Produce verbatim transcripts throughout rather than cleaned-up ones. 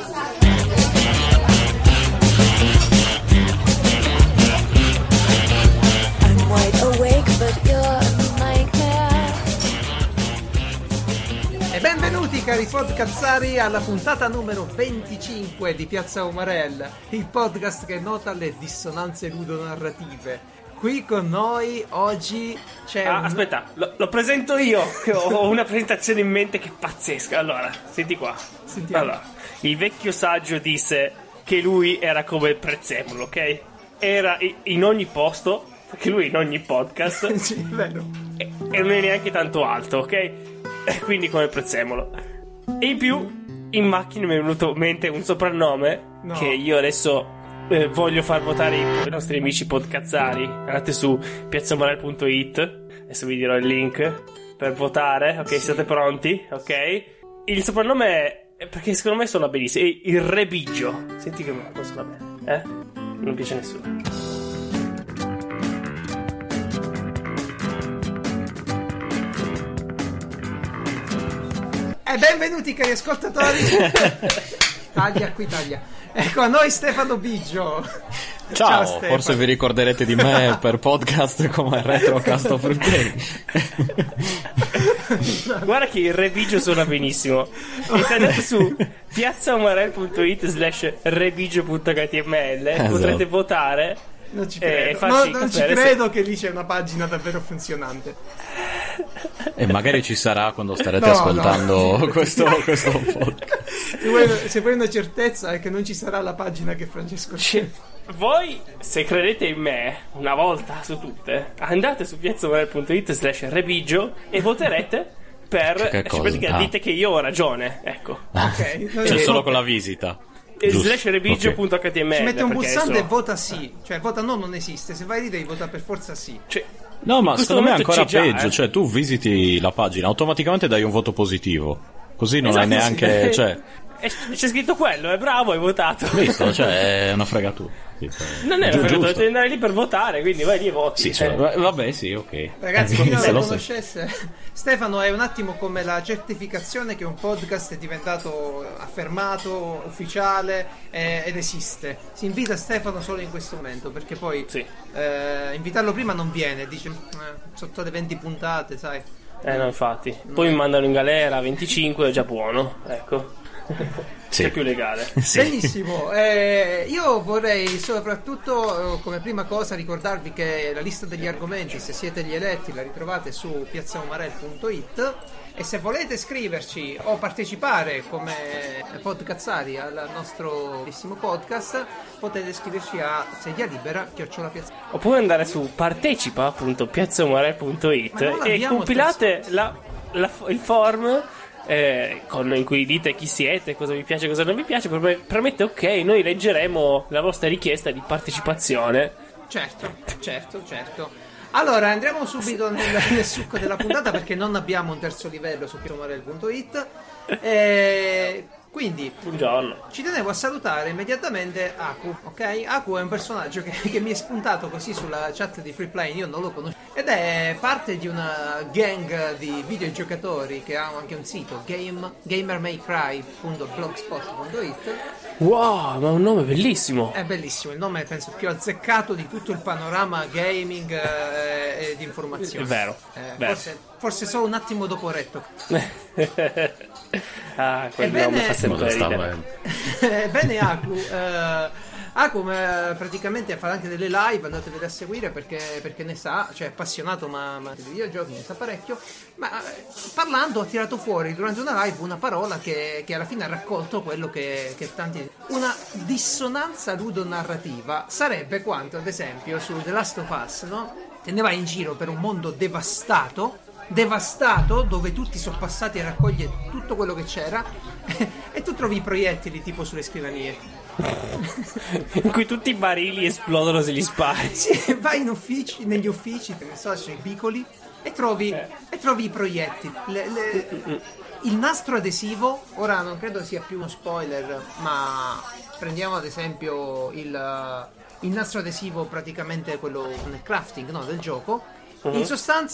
E benvenuti cari podcazzari alla puntata numero venticinque di Piazza Umarell, il podcast che nota le dissonanze ludonarrative. Qui con noi oggi c'è ah, un... Aspetta, lo, lo presento io, che ho una presentazione in mente che è pazzesca. Allora, senti qua. Sentiamo. Allora, il vecchio saggio disse che lui era come il prezzemolo, ok? Era in ogni posto, perché lui in ogni podcast. Sì, è vero. E, e non è neanche tanto alto, ok? Quindi come il prezzemolo. E in più, in macchina mi è venuto in mente un soprannome no. che io adesso eh, voglio far votare i nostri amici podcazzari. Andate su piazzamorel punto it, adesso vi dirò il link per votare, ok? Sì. Siete pronti? Ok? Il soprannome è, perché secondo me suona benissimo, è il Rebigio. Senti che non suona bene, eh? Non piace a nessuno. E benvenuti cari ascoltatori. Taglia qui, taglia. Ecco a noi Stefano Biggio. Ciao, Ciao forse vi ricorderete di me per podcast come Retrocast of Game. Guarda che il Rebigio suona benissimo. E se andate su piazzaumarel punto it slash rebigio punto html esatto. potrete votare. Non ci credo, no, non ci credo se... che lì c'è una pagina davvero funzionante. E magari ci sarà quando starete no, ascoltando no. questo, questo podcast. Se vuoi, se vuoi una certezza è che non ci sarà la pagina che Francesco c'è. Voi, se credete in me, una volta su tutte, andate su piazzaumarel punto it slash rebigio e voterete per... Cioè, ah. dite che io ho ragione, ecco. Ok. C'è solo con la visita. slash rebigio punto html okay. Ci mette un pulsante so... e vota sì. Cioè vota no non esiste. Se vai lì devi votare per forza sì. Cioè, no, ma secondo me è ancora peggio già, eh. Cioè tu visiti la pagina, automaticamente dai un voto positivo. Così non esatto, hai neanche sì. Cioè c'è scritto quello, è bravo, hai votato. Visto, cioè è una fregatura. Non è una fregatura, devi andare lì per votare, quindi vai lì e voti. Sì, cioè, vabbè, sì, ok. Ragazzi, chi non lo conoscesse, Stefano è un attimo come la certificazione che un podcast è diventato affermato, ufficiale eh, ed esiste. Si invita Stefano solo in questo momento, perché poi sì. eh, invitarlo prima non viene, dice eh, sotto le venti puntate, sai. Eh no, infatti. Poi mi mandano in galera a venticinque, è già buono, ecco. Sì. È più legale. Sì. Benissimo, eh, io vorrei soprattutto come prima cosa ricordarvi che la lista degli argomenti, se siete gli eletti, la ritrovate su piazzaumarel punto it e se volete scriverci o partecipare come podcazzari al nostro bellissimo podcast potete scriverci a sedia libera chiocciola piazza oppure andare su partecipa punto piazzaumarel punto it e compilate la, la, il form Eh, con, in cui dite chi siete, cosa vi piace, cosa non vi piace. Premette ok, noi leggeremo la vostra richiesta di partecipazione. Certo, certo, certo. Allora andiamo subito nel, nel succo della puntata perché non abbiamo un terzo livello su piazzaumarel punto it. E quindi buongiorno. Ci tenevo a salutare immediatamente Aku, ok? Aku è un personaggio che, che mi è spuntato così sulla chat di Freeplay, io non lo conosco ed è parte di una gang di videogiocatori che ha anche un sito, game, gamermaycry punto blogspot punto it. Wow, ma è un nome bellissimo. È bellissimo, il nome è penso più azzeccato di tutto il panorama gaming eh, e di informazioni. È vero, eh, vero. Forse, forse solo un attimo dopo Retto. Ah, quel Ebbene, nome fa sempre ridere. Ebbene Aku eh, Aku eh, praticamente fa anche delle live, andatevele a seguire perché, perché ne sa, cioè è appassionato ma, ma di videogiochi ne sa parecchio, ma eh, parlando ha tirato fuori durante una live una parola che, che alla fine ha raccolto quello che, che tanti... Una dissonanza ludonarrativa sarebbe quanto ad esempio su The Last of Us, no? Te ne vai in giro per un mondo devastato devastato dove tutti sono passati a raccogliere tutto quello che c'era e tu trovi i proiettili tipo sulle scrivanie in cui tutti i barili esplodono se li spari. Sì, vai in uffici, negli uffici, che ne so, sui piccoli e trovi, eh. e trovi i proiettili le, le, il nastro adesivo. Ora non credo sia più uno spoiler, ma prendiamo ad esempio il, il nastro adesivo praticamente quello nel crafting, no, del gioco. Uh-huh. In sostanza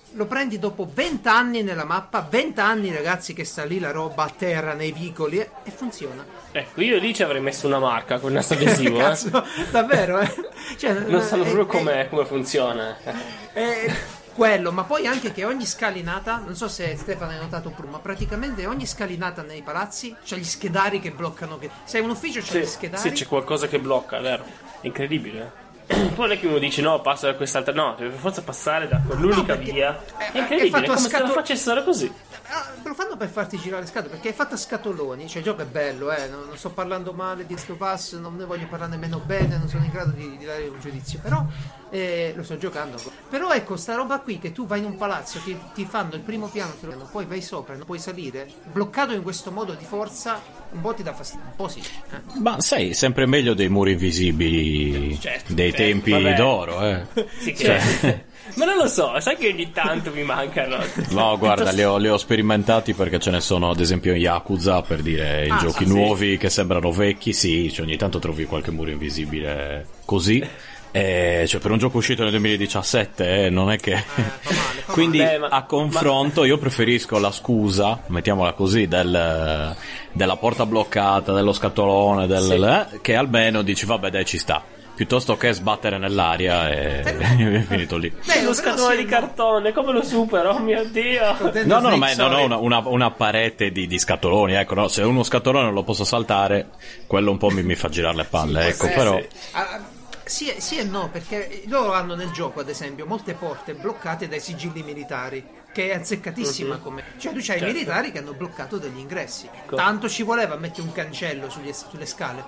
lo prendi dopo venti anni nella mappa, venti anni ragazzi che sta lì la roba a terra nei vicoli e, e funziona. Ecco, io lì ci avrei messo una marca con il nastro adesivo. Cazzo, eh. davvero, eh? Cioè, non sanno eh, proprio eh, come, come funziona. Eh, quello, ma poi anche che ogni scalinata, non so se Stefano hai notato prima, praticamente ogni scalinata nei palazzi c'è gli schedari che bloccano. Che... Se hai un ufficio c'è sì, gli schedari. Sì, c'è qualcosa che blocca, è vero. È incredibile. Poi non è che uno dice no, passa da quest'altra, no, deve per forza passare da quell'unica no, via. È, è incredibile, è è come scatol- se lo facessero così. Lo fanno per farti girare le scatole perché è fatta a scatoloni. Cioè il gioco è bello, eh. non, non sto parlando male di sto pass, non ne voglio parlare nemmeno bene, non sono in grado di, di dare un giudizio, però eh, lo sto giocando. Però ecco, sta roba qui che tu vai in un palazzo, ti, ti fanno il primo piano, poi vai sopra, non puoi salire, bloccato in questo modo di forza, un po' ti dà fastidio, un po' sì. Eh. Ma sai, sempre meglio dei muri invisibili, certo, dei certo, tempi vabbè. d'oro, eh. Sì, che... cioè... Ma non lo so, sai che ogni tanto mi mancano. No, guarda, li ho, li ho sperimentati perché ce ne sono, ad esempio, in Yakuza, per dire, i ah, giochi sì, nuovi sì. che sembrano vecchi, sì, cioè ogni tanto trovi qualche muro invisibile così. Eh, cioè per un gioco uscito nel duemiladiciassette eh, non è che eh, fa male, fa quindi male. Beh, ma, a confronto ma... io preferisco la scusa, mettiamola così, del, della porta bloccata, dello scatolone, del, sì. eh, che almeno dici vabbè dai ci sta, piuttosto che sbattere nell'aria e è finito lì. Beh, lo scatolone di cartone, come lo supero? Oh mio Dio! No, no, no, ma non ho una, una, una parete di, di scatoloni, ecco, no? Se uno scatolone non lo posso saltare, quello un po' mi, mi fa girare le palle, sì, ecco, eh, però... Sì. Ah, Sì, sì e no, perché loro hanno nel gioco, ad esempio, molte porte bloccate dai sigilli militari, che è azzeccatissima uh-huh. come... Cioè tu c'hai certo. i militari che hanno bloccato degli ingressi. Ecco. Tanto ci voleva mettere un cancello sugli, sulle scale.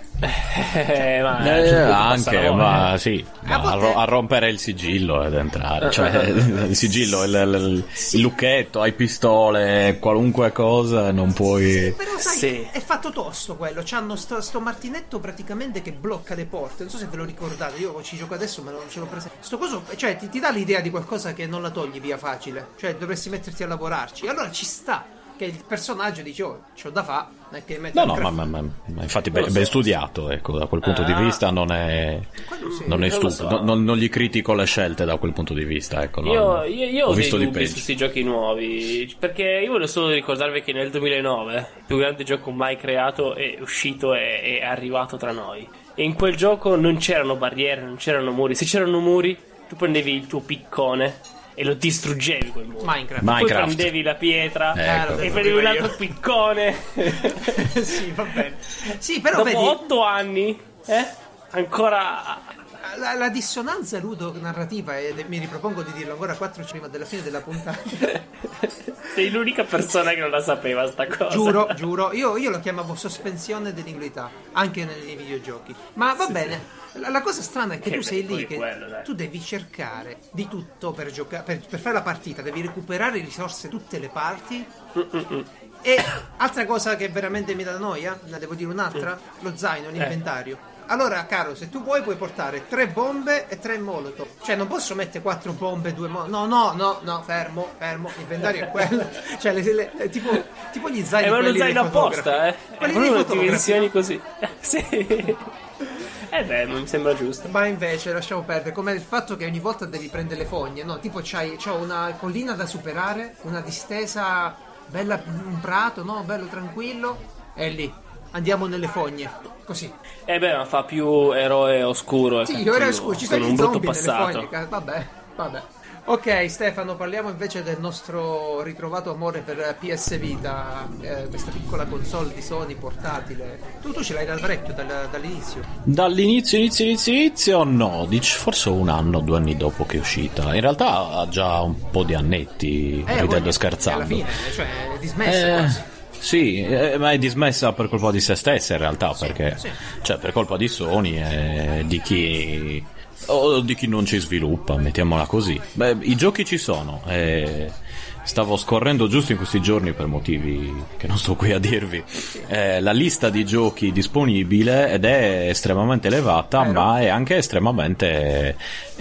Eh, ma eh, anche, ma sì, ma a, ro- a rompere il sigillo ed entrare. Cioè, il sigillo, il, il, il lucchetto, hai pistole, qualunque cosa, non puoi... Sì, però sai, sì. è fatto tosto quello. C'hanno sto, sto martinetto praticamente che blocca le porte. Non so se ve lo ricordate, io ci gioco adesso ma non ce l'ho presente. Sto coso, cioè ti, ti dà l'idea di qualcosa che non la togli via facile. Cioè dovresti metterti a lavorarci. Allora ci sta che il personaggio dice oh c'ho da fa, non è che no no ma, ma, ma, ma infatti ben, so. ben studiato, ecco, da quel punto ah. di vista non è sì, non è stupido, so. non, non gli critico le scelte da quel punto di vista, ecco. Io, io, io ho visto dei dubbi su questi giochi nuovi perché io voglio solo ricordarvi che nel duemilanove il più grande gioco mai creato è uscito e è arrivato tra noi, e in quel gioco non c'erano barriere, non c'erano muri. Se c'erano muri tu prendevi il tuo piccone e lo distruggevi quel muro. Minecraft. Poi Minecraft. prendevi la pietra ecco. e prendevi un altro piccone. Sì, va bene. Sì, però dopo vedi... otto anni eh? ancora la, la dissonanza ludo-narrativa, e mi ripropongo di dirlo ancora quattro prima della fine della puntata. Sei l'unica persona che non la sapeva sta cosa. Giuro, giuro. Io, io lo chiamavo sospensione dell'ingenuità anche nei videogiochi. Ma va sì, bene. La, la cosa strana è che, che tu sei lì che quello, tu devi cercare di tutto per giocare, per, per fare la partita, devi recuperare risorse tutte le parti. Mm-mm. E altra cosa che veramente mi dà noia, ne devo dire un'altra, lo zaino, l'inventario. Eh. Allora, caro, se tu vuoi puoi portare tre bombe e tre molotov. Cioè, non posso mettere quattro bombe e due molotov. No, no, no, no, fermo, fermo. L'inventario è quello. Cioè, le, le, le, tipo, tipo gli zaini. È quelli uno zaino apposta, eh. Quelli è di una dimensioni così. Sì. Eh beh, mi sembra giusto. Ma invece lasciamo perdere, come il fatto che ogni volta devi prendere le fogne, no? Tipo c'hai, c'ho una collina da superare, una distesa bella, un prato, no? Bello tranquillo, e lì andiamo nelle fogne, così. Eh beh, ma fa più eroe oscuro. Sì, eroe oscuro, ci sono un brutto passato. Fogne, vabbè, vabbè. Ok Stefano, parliamo invece del nostro ritrovato amore per P S Vita, eh, questa piccola console di Sony portatile. Tu, tu ce l'hai da parecchio, dal, dall'inizio? Dall'inizio, inizio, inizio, inizio no, dici forse un anno, due anni dopo che è uscita. In realtà ha già un po' di annetti, eh, ridendo e scherzando. Alla fine, cioè è dismessa eh... quasi. Sì, eh, ma è dismessa per colpa di se stessa in realtà, sì, perché sì. Cioè per colpa di Sony e di chi o di chi non ci sviluppa, mettiamola così. Beh, i giochi ci sono, eh, stavo scorrendo giusto in questi giorni per motivi che non sto qui a dirvi eh, la lista di giochi disponibile ed è estremamente elevata, Vero. ma è anche estremamente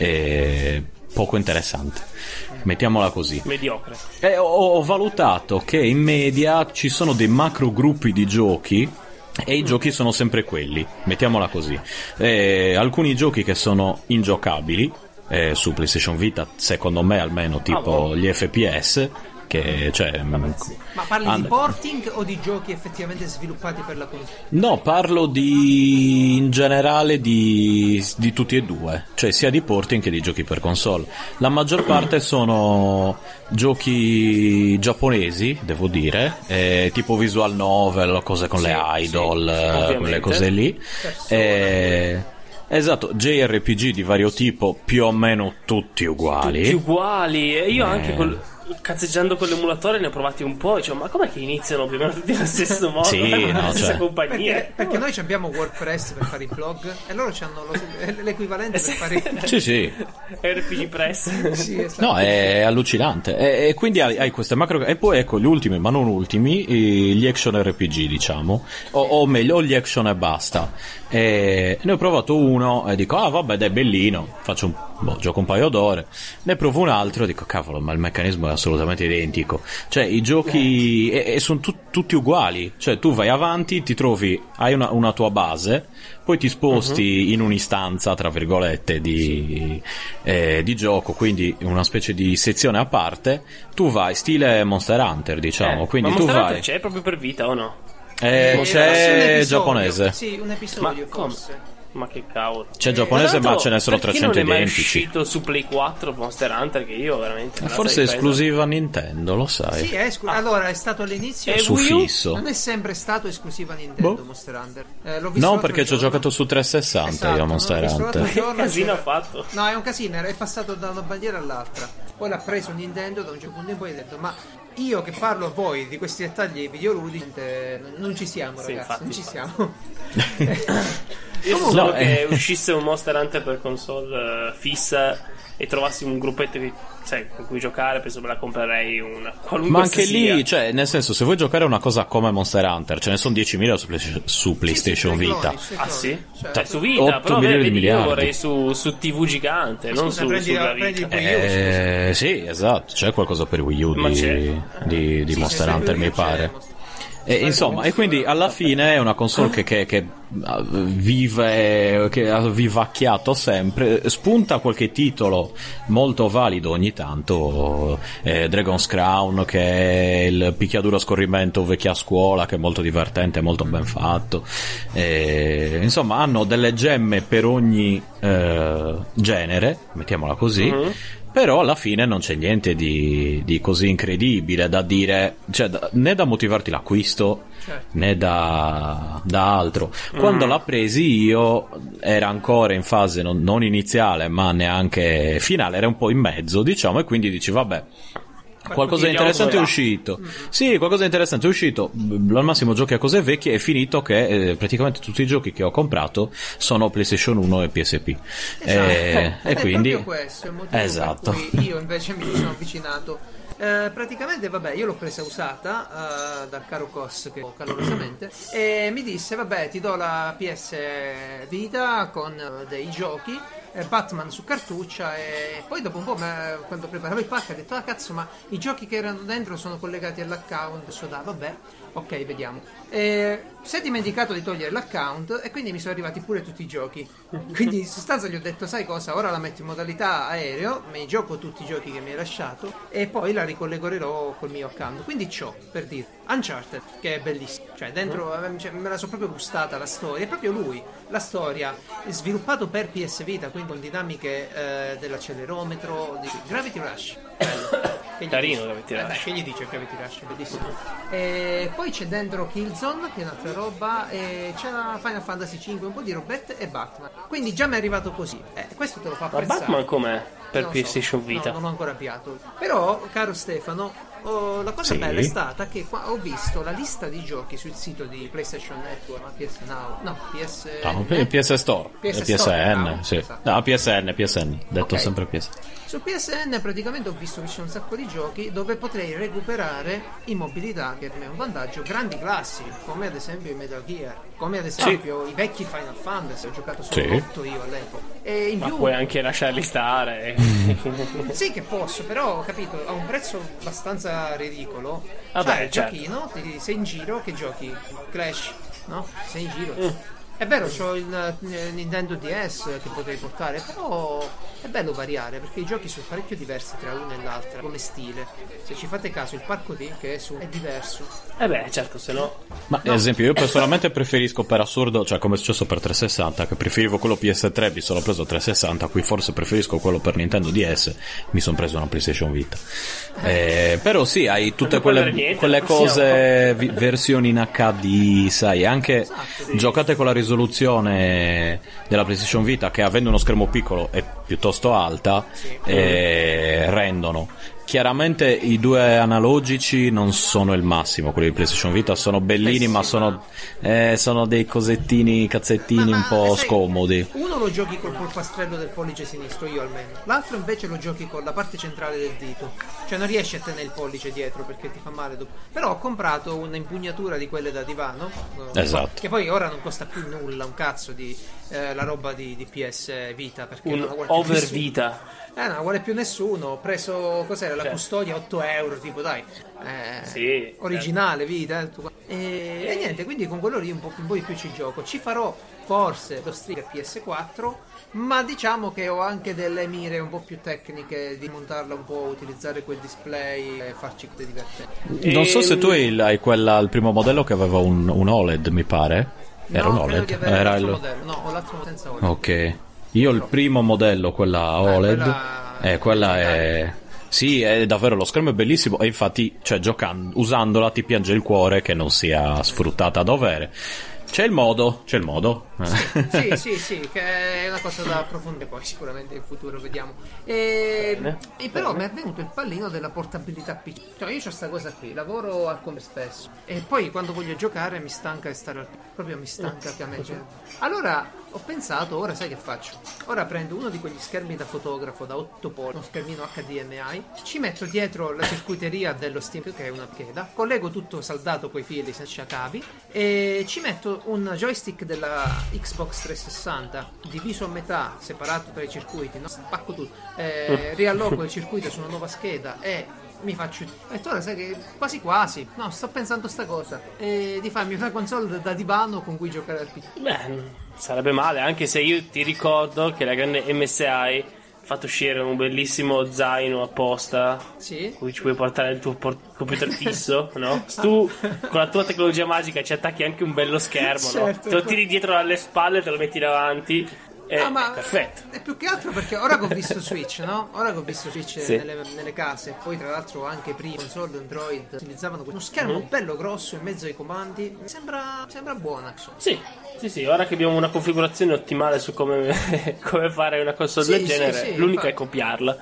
eh, poco interessante, mettiamola così, mediocre. E ho, ho valutato che in media ci sono dei macro gruppi di giochi e i giochi sono sempre quelli, mettiamola così. Eh, alcuni giochi che sono ingiocabili eh, su PlayStation Vita, secondo me almeno, tipo ah, gli F P S. Che, cioè, ma parli and- di porting o di giochi effettivamente sviluppati per la console? No, parlo di in generale di, di tutti e due, cioè sia di porting che di giochi per console. La maggior parte sono giochi giapponesi, devo dire, eh, tipo visual novel, cose con sì, le idol, sì, quelle cose lì. Eh, esatto, J R P G di vario tipo, più o meno tutti uguali. Tutti uguali, e io eh. anche col... cazzeggiando con l'emulatore ne ho provati un po', cioè, ma com'è che iniziano più o meno tutti allo stesso modo? Sì, no, la stessa cioè. compagnia? Perché, perché noi abbiamo WordPress per fare i blog e loro hanno lo, l'equivalente per fare i... Sì, sì. R P G Press. Sì, esatto. No, è allucinante. E, e quindi hai, hai queste macro... E poi ecco, gli ultimi, ma non ultimi, gli action R P G, diciamo. O, o meglio, gli action e basta. E ne ho provato uno e dico, ah vabbè, dai, bellino. Faccio un boh, gioco un paio d'ore. Ne provo un altro e dico, cavolo, ma il meccanismo è assolutamente identico. Cioè, i giochi e, e sono tu, tutti uguali. Cioè, tu vai avanti, ti trovi, hai una, una tua base, poi ti sposti uh-huh. in un'istanza, tra virgolette, di, eh, di gioco, quindi una specie di sezione a parte. Tu vai, stile Monster Hunter, diciamo. Eh, quindi ma tu Monster vai. Hunter c'è proprio per Vita o no? Eh, eh, c'è giapponese. Sì, un episodio, ma forse. Ma che cavolo. C'è giapponese, ma ce ne sono trecento identici. Non è mai uscito su Play quattro Monster Hunter, che io veramente forse è esclusiva Nintendo, lo sai. Sì, è esclu- ah. allora è stato all'inizio su fisso. Non è sempre stato esclusiva Nintendo boh. Monster Hunter. Eh, l'ho visto no, perché ci ho giorno. giocato su trecentosessanta esatto, io Monster Hunter. Che casino ha fatto? No, è un casino, è passato da una bandiera all'altra. Poi l'ha preso Nintendo da un certo punto in poi ha detto "Ma io che parlo a voi di questi dettagli videoludici, non ci siamo, sì, ragazzi, infatti, non ci infatti. siamo". Io so solo no, che eh. uscisse un Monster Hunter per console uh, fissa e trovassi un gruppetto che, sai, con cui giocare, penso me la comprerei una qualunque. Ma anche sia. lì, cioè, nel senso, se vuoi giocare una cosa come Monster Hunter, ce ne sono diecimila su, play- su PlayStation sì, sì, Vita. Cloni, ah sì? Cioè, cioè, su Vita, però milioni di miliardi. Io vorrei su, su tivù gigante, ma non scusa, su, prendi, sulla prendi Vita. Eh, sì, esatto, c'è qualcosa per Wii U di, di, di sì, Monster Hunter, mi pare. E, insomma, e quindi alla fine è una console che, che, che vive, che ha vivacchiato sempre, spunta qualche titolo molto valido ogni tanto, eh, Dragon's Crown, che è il picchiaduro a scorrimento vecchia scuola, che è molto divertente, molto ben fatto, e, insomma hanno delle gemme per ogni eh, genere, mettiamola così. Mm-hmm. Però alla fine non c'è niente di, di così incredibile da dire, cioè da, né da motivarti l'acquisto, certo. né da, da altro. Quando mm. l'ho presi io era ancora in fase non, non iniziale ma neanche finale, era un po' in mezzo, diciamo, e quindi dici vabbè, qualcosa di interessante è uscito. Mm. Sì, qualcosa di interessante è uscito. Al massimo giochi a cose vecchie. È finito che eh, praticamente tutti i giochi che ho comprato sono PlayStation uno e P S P. Esatto. E, e quindi proprio questo è il motivo esatto. per cui io invece mi sono avvicinato. Eh, praticamente vabbè, io l'ho presa usata uh, dal caro Cos, che ho calorosamente, e mi disse vabbè, ti do la P S Vita con uh, dei giochi, eh, Batman su cartuccia, e poi dopo un po' me, quando preparavo il pack ho detto ah cazzo, ma i giochi che erano dentro sono collegati all'account, so da vabbè, ok, vediamo. E si è dimenticato di togliere l'account e quindi mi sono arrivati pure tutti i giochi. Quindi in sostanza gli ho detto sai cosa, ora la metto in modalità aereo, mi gioco tutti i giochi che mi hai lasciato e poi la ricollegherò col mio account. Quindi c'ho, per dire, Uncharted, che è bellissimo, cioè dentro cioè, me la sono proprio gustata la storia, è proprio lui, la storia sviluppato per P S Vita, quindi con dinamiche eh, dell'accelerometro, di Gravity Rush, bello. Carino Gravity Rush. Eh, che gli dice Gravity Rush, bellissimo. E poi c'è dentro Killzone, che è un'altra roba, e c'è la Final Fantasy cinque, un po' di robette e Batman. Quindi già mi è arrivato così. Eh, questo te lo fa apprezzare. Ma Batman com'è per non PlayStation so. Vita? No, non ho ancora avviato. Però, caro Stefano, oh, la cosa sì. bella è stata che qua ho visto la lista di giochi sul sito di PlayStation Network, P S Now, no, P S no, P S Store, P S P S N, Store, sì. Esatto. No, P S N, P S N, detto okay. sempre P S N. Su P S N praticamente ho visto che c'è un sacco di giochi dove potrei recuperare in mobilità, che per me è un vantaggio, grandi classici, come ad esempio i Metal Gear, come ad esempio sì. i vecchi Final Fantasy, ho giocato solo sì. otto io all'epoca. E in ma più... puoi anche lasciarli stare. Sì che posso, però ho capito, a un prezzo abbastanza ridicolo. Vabbè, cioè, certo. giochino, ti, sei in giro, che giochi? Clash, no? Sei in giro. Mm. È vero, c'ho il Nintendo D S che potrei portare, però è bello variare perché i giochi sono parecchio diversi tra l'una e l'altra come stile. Se ci fate caso, il Parco D che è su è diverso. Eh beh, certo, se no. Ma ad no. esempio, io personalmente preferisco, per assurdo, cioè come è successo per trecentosessanta, che preferivo quello P S tre, mi sono preso trecentosessanta, qui forse preferisco quello per Nintendo D S, mi sono preso una PlayStation Vita. Eh, però sì, hai tutte quelle, niente, quelle cose, vi, versioni in H D, sai, anche esatto, sì. Giocate con la risoluzione della PlayStation Vita, che avendo uno schermo piccolo è piuttosto alta, sì. eh, rendono. Chiaramente i due analogici non sono il massimo, quelli di PlayStation Vita sono bellini, eh sì, ma sono, eh, sono dei cosettini, cazzettini ma, ma, un po' sai, scomodi. Uno lo giochi col polpastrello del pollice sinistro, io almeno. L'altro invece lo giochi con la parte centrale del dito. Cioè non riesci a tenere il pollice dietro perché ti fa male dopo. Però ho comprato un'impugnatura di quelle da divano. Esatto. Che poi ora non costa più nulla, un cazzo di eh, la roba di, di P S Vita. Perché un non la vuole over più Vita. Eh, non vuole più nessuno. Ho preso, cos'era, la custodia otto euro, tipo dai, eh, sì, originale Vita eh, e, e niente, quindi con quello lì un po', un po' di più ci gioco. Ci farò forse lo stream P S quattro, ma diciamo che ho anche delle mire un po' più tecniche di montarla un po', utilizzare quel display e farci cose divertenti. Non so se tu hai, hai quella, il primo modello che aveva un, un O L E D, mi pare. Era no, un O L E D? Era il modello. No, ho l'altro senza O L E D. Ok. Io il primo modello, quella O L E D, eh, quella, eh, quella è... Sì, è davvero, lo schermo è bellissimo e infatti, cioè, giocando, usandola ti piange il cuore che non sia sfruttata a dovere. C'è il modo, c'è il modo. Sì, sì, sì, sì, che è una cosa da approfondire poi sicuramente in futuro, vediamo. E, e però mi è venuto il pallino della portabilità P C. Cioè io ho sta cosa qui, lavoro al come spesso e poi quando voglio giocare mi stanca di stare al P C, proprio mi stanca che a me. Cioè. Allora ho pensato, ora sai che faccio? Ora prendo uno di quegli schermi da fotografo da otto pollici, uno schermino H D M I, ci metto dietro la circuiteria dello Steam, che è una scheda, collego tutto saldato coi fili senza cavi e ci metto un joystick della Xbox trecentosessanta diviso a metà, separato tra i circuiti, no? Spacco tutto, eh, rialloco il circuito su una nuova scheda e mi faccio e ora sai che quasi quasi no sto pensando sta cosa e di farmi una console da divano con cui giocare al P C. Beh, sarebbe male, anche se io ti ricordo che la grande M S I ha fatto uscire un bellissimo zaino apposta, sì, cui ci puoi portare il tuo por- computer fisso, no? Tu con la tua tecnologia magica ci attacchi anche un bello schermo, certo, no? Te lo tiri dietro alle spalle, te lo metti davanti. Eh, no, ma perfetto. È più che altro perché ora che ho visto Switch, no? Ora che ho visto Switch sì. nelle, nelle case, poi tra l'altro anche prima console Android utilizzavano uno schermo mm. bello grosso in mezzo ai comandi. Mi sembra, sembra buona. Sì, sì, sì. Ora che abbiamo una configurazione ottimale su come, come fare una console sì, del genere, sì, sì, l'unica infatti. È copiarla.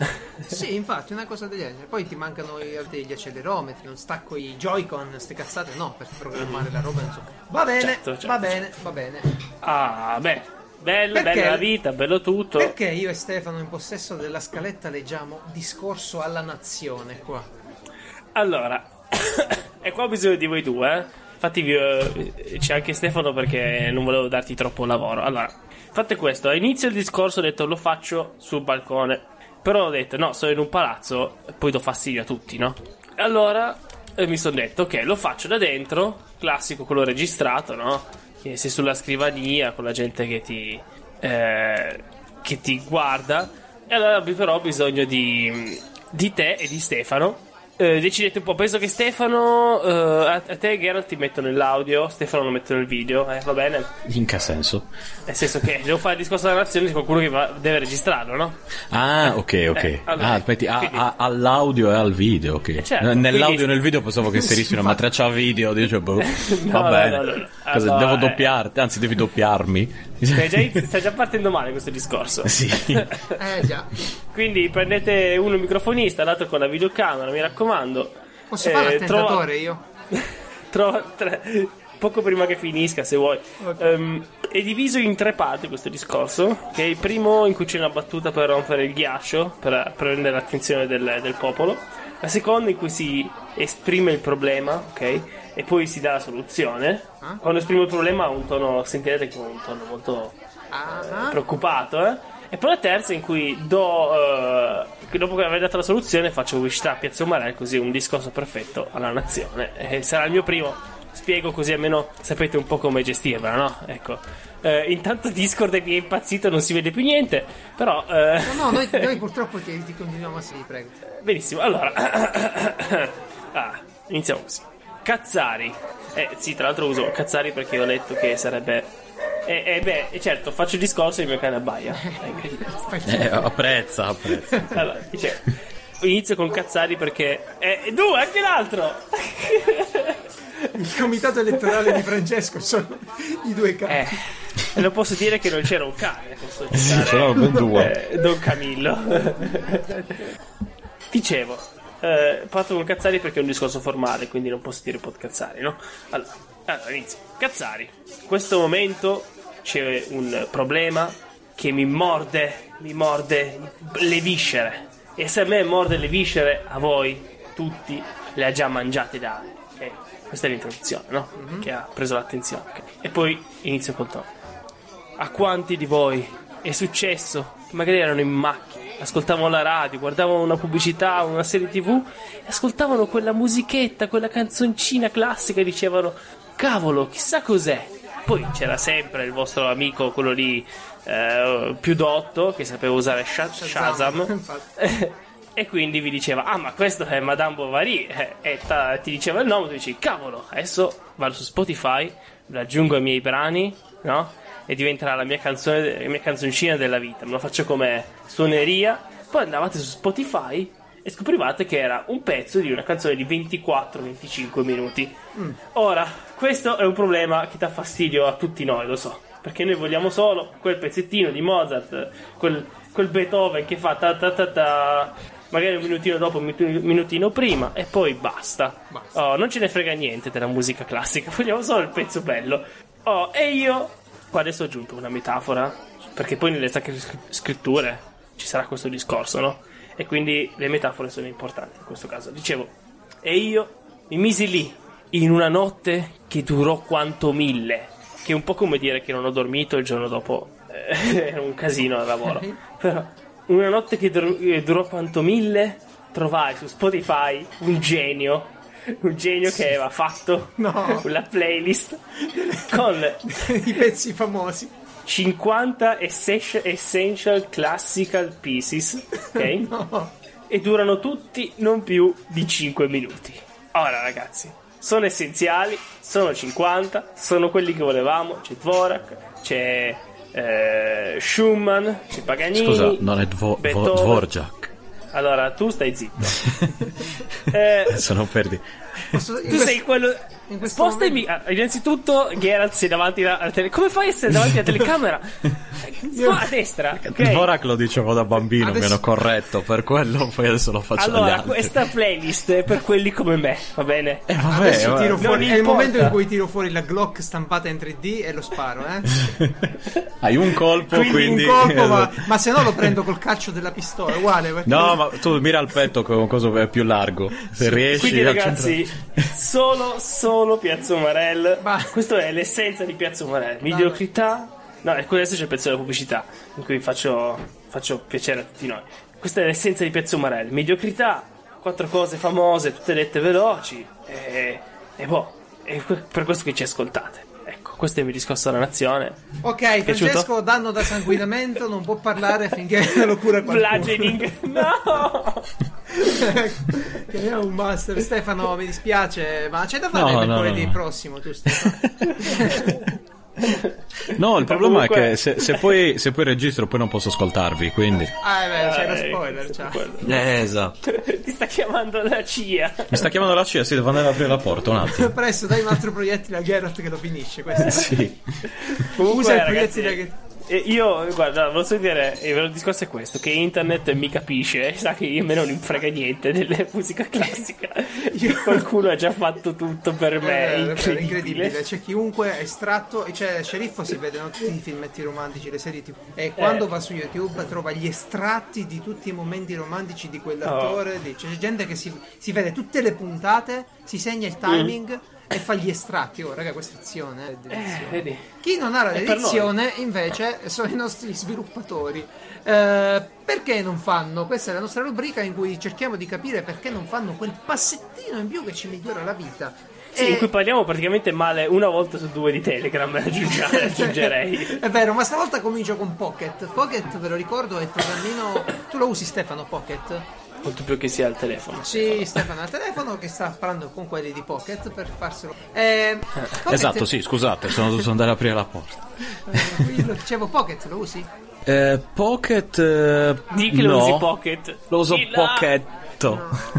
Sì, infatti, una cosa del genere. Poi ti mancano gli accelerometri, non stacco i Joy-Con, ste cazzate, no, per programmare la roba, insomma. Va bene, certo, certo. va bene, va bene. Ah, beh. Bello, perché, bella la vita, bello tutto. Perché io e Stefano in possesso della scaletta leggiamo Discorso alla Nazione qua? Allora, e qua ho bisogno di voi due, eh? Infatti vi, c'è anche Stefano perché non volevo darti troppo lavoro. Allora, fate questo, all'inizio del discorso ho detto lo faccio sul balcone, però ho detto no, sono in un palazzo, poi do fastidio a tutti, no? Allora eh, mi sono detto ok, lo faccio da dentro, classico quello registrato, no? Che sei sulla scrivania con la gente che ti eh, che ti guarda e allora però ho bisogno di di te e di Stefano. Eh, decidete un po', penso che Stefano eh, a, a te Geralt ti mettono l'audio, Stefano lo mettono il video, eh, va bene? In che senso? Nel senso che devo fare il discorso della nazione, c'è qualcuno che va, deve registrarlo, no? Ah, ok, ok. Eh, allora, ah, aspetti, quindi... a, a, all'audio e al video, ok. Eh certo, nell'audio quindi... e nel video pensavo che inserissi una matraccia video, dice, boh, no, va no, bene. No, no, no. Cosa, allora, devo doppiarti, anzi devi doppiarmi. Stai già, stai già partendo male questo discorso. Sì. Eh già. Quindi prendete uno il microfonista, l'altro con la videocamera, mi raccomando. Posso eh, fare l'attentatore io? Trova tre, poco prima che finisca, se vuoi. Okay. Um, è diviso in tre parti questo discorso. Che è il primo in cui c'è una battuta per rompere il ghiaccio, per prendere l'attenzione del, del popolo. La seconda in cui si esprime il problema, ok? E poi si dà la soluzione. Ah? Quando esprimo il problema ha un tono, sentirete che ha un tono molto ah? eh, preoccupato, eh? E poi la terza in cui do uh, dopo che aver dato la soluzione faccio Wish Trap Piazza Umarell, così un discorso perfetto alla nazione. E sarà il mio primo spiego così almeno sapete un po' come gestirla, no? Ecco. Eh, intanto Discord mi è impazzito, non si vede più niente, però... Eh... No, no, noi, noi purtroppo ti, ti continuiamo a seguire, prego. Benissimo, allora... ah, iniziamo così. Cazzari. Eh, sì, tra l'altro uso Cazzari perché ho letto che sarebbe... Eh, eh beh, certo, faccio il discorso e il mio cane abbaia. Eh, apprezza, apprezza. Allora, dice, inizio con Cazzari perché... Eh, due, anche l'altro! Il comitato elettorale di Francesco sono i due cani. Eh, e non posso dire che non c'era un cane. Posso citare, c'erano ben due. Eh, Don Camillo. Dicevo, eh, parto con Cazzari perché è un discorso formale, quindi non posso dire podcazzari, no? Allora, allora inizio. Cazzari. In questo momento c'è un problema che mi morde, mi morde le viscere. E se a me morde le viscere, a voi, tutti, le ha già mangiate da... Ok? Questa è l'introduzione, no? Mm-hmm. Che ha preso l'attenzione. Okay. E poi inizio col tono. A quanti di voi è successo che magari erano in macchina, ascoltavano la radio, guardavano una pubblicità, una serie tv e ascoltavano quella musichetta, quella canzoncina classica e dicevano cavolo, chissà cos'è. Poi c'era sempre il vostro amico, quello lì eh, più dotto, che sapeva usare Shaz- Shazam. E quindi vi diceva, ah ma questo è Madame Bovary, eh, e ta- ti diceva il nome, tu dici, cavolo, adesso vado su Spotify, lo aggiungo ai miei brani, no? E diventerà la mia canzone, la mia canzoncina della vita, me lo faccio come suoneria. Poi andavate su Spotify e scoprivate che era un pezzo di una canzone di ventiquattro venticinque minuti. Mm. Ora, questo è un problema che dà fastidio a tutti noi, lo so, perché noi vogliamo solo quel pezzettino di Mozart, quel, quel Beethoven che fa ta ta ta ta, magari un minutino dopo, un minutino prima, e poi basta. basta. Oh, non ce ne frega niente della musica classica, vogliamo solo il pezzo bello. Oh, e io qua adesso ho aggiunto una metafora, perché poi nelle sacre scritture ci sarà questo discorso, no? E quindi le metafore sono importanti in questo caso. Dicevo, e io mi misi lì in una notte che durò quanto mille, che è un po' come dire che non ho dormito il giorno dopo, eh, era un casino al lavoro. Però una notte che dur- durò quanto mille, trovai su Spotify un genio, un genio che aveva fatto no. una playlist con i pezzi famosi, cinquanta Essential Classical Pieces, ok? No. E durano tutti non più di cinque minuti. Ora ragazzi, sono essenziali, sono cinquanta, sono quelli che volevamo, c'è Dvorak, c'è eh, Schumann, c'è Paganini. Scusa, non è Dvo- Beethoven. Dvorak. Allora, tu stai zitto. eh, Se non perdi. Posso, tu questo, sei quello. Spostami. Momento... Innanzitutto, Geralt sei davanti alla tele. Come fai a essere davanti alla telecamera? Io... a destra. Okay. Dvorak lo dicevo da bambino, adesso... mi hanno corretto. Per quello poi adesso lo faccio. Allora, questa playlist è per quelli come me, va bene? Eh, vabbè, adesso vabbè. Tiro fuori, è il momento in cui tiro fuori la Glock stampata in tre D e lo sparo, eh? Hai un colpo, quindi. quindi... un colpo, ma, ma se no lo prendo col calcio della pistola, uguale. Perché... No, ma tu mira al petto con un coso più largo. Se sì. riesci. Quindi, ragazzi, solo, solo Piazza Umarell. Ma... questa è l'essenza di Piazza Umarell. Mediocrità. No, adesso c'è il pezzo della pubblicità in cui faccio, faccio piacere a tutti noi. Questa è l'essenza di Piazza Umarell. Mediocrità, quattro cose famose, tutte dette veloci. E, e boh, è per questo che ci ascoltate. Ecco, questo è il mio discorso alla nazione. Ok, Francesco, danno da sanguinamento, non può parlare finché lo cura qualcuno. Bludgeoning, no! Chiamiamo un master. Stefano, mi dispiace, ma c'è da fare no, mercoledì no, no. prossimo, tu Stefano? No, il problema Comunque... è che se, se, poi, se poi registro poi non posso ascoltarvi, quindi ah è vero, c'è lo spoiler, ciao. Eh, esatto. Ti sta chiamando la C I A. Mi sta chiamando la C I A, sì, devo andare ad aprire la porta un attimo. Presto, dai un altro proiettile a Geralt che lo finisce questo. Sì. Comunque, usa il ragazzi, proiettile che... io, guarda, volevo solo dire, il discorso è questo, che internet mi capisce, sa che io me non mi frega niente delle musica classica. Io... qualcuno ha già fatto tutto per me, eh, è incredibile. incredibile. C'è chiunque è estratto, cioè Sceriffo si vedono tutti i filmetti romantici, le serie tv, e quando eh. va su YouTube trova gli estratti di tutti i momenti romantici di quell'attore, oh. di... c'è gente che si, si vede tutte le puntate, si segna il timing mm. e fa gli estratti. Oh raga, questa edizione è eh, vedi. Chi non ha la dedizione invece sono i nostri sviluppatori. Eh, perché non fanno? Questa è la nostra rubrica in cui cerchiamo di capire perché non fanno quel passettino in più che ci migliora la vita. Sì, e... in cui parliamo praticamente male una volta su due di Telegram, aggiungerei. È vero, ma stavolta comincio con Pocket. Pocket, ve lo ricordo, è il programmino... Tu lo usi, Stefano, Pocket? Molto più che sia al telefono. Sì, Stefano al telefono che sta parlando con quelli di Pocket per farselo. Eh, esatto, sì, scusate, sono dovuto andare a aprire la porta. Eh, lo dicevo, Pocket, lo usi? Eh, Pocket... Eh, Di che no. lo usi Pocket? Lo uso Di Pocket. No.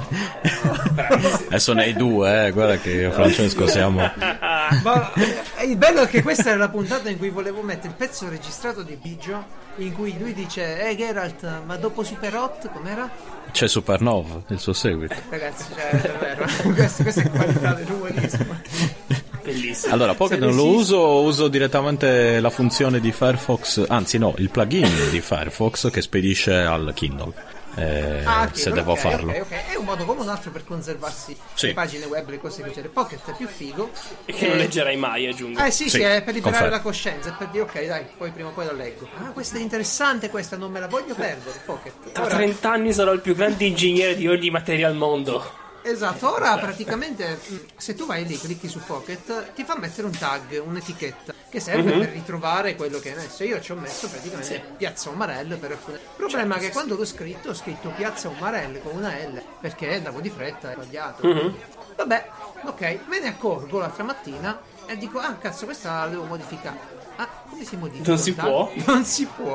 Adesso ne hai due, eh. Guarda che io e Francesco siamo. Ma il bello è che questa è la puntata in cui volevo mettere il pezzo registrato di Biggio, in cui lui dice: Eh Geralt, ma dopo Super Hot com'era? C'è Supernova, il suo seguito. Ragazzi, cioè, è vero. questa, questa è qualità dell'umorismo. Bellissimo. Allora, Pocket non lo uso, uso direttamente la funzione di Firefox, anzi no, il plugin di Firefox che spedisce al Kindle. Eh, ah, se okay, devo okay, farlo okay, okay. È un modo come un altro per conservarsi sì. le pagine web, le cose che c'è. Pocket è più figo e che eh, non leggerai mai, aggiungo. Eh sì, sì, sì è per liberare confermo. la coscienza, è per dire ok dai, poi prima o poi la leggo. Ah, questa è interessante, questa non me la voglio perdere. Pocket. Tra ora... trenta anni sarò il più grande ingegnere di ogni materia al mondo. Esatto, ora praticamente se tu vai lì, clicchi su Pocket, ti fa mettere un tag, un'etichetta che serve mm-hmm. per ritrovare quello che hai messo. Io ci ho messo praticamente sì. Piazza Umarell per alcune. Il problema certo, è che quando l'ho scritto ho scritto Piazza Umarell con una L perché andavo di fretta e ho sbagliato. Mm-hmm. Vabbè, ok, me ne accorgo l'altra mattina e dico ah cazzo, questa la devo modificare. Ah, come si modifica? Non si può? Non si può.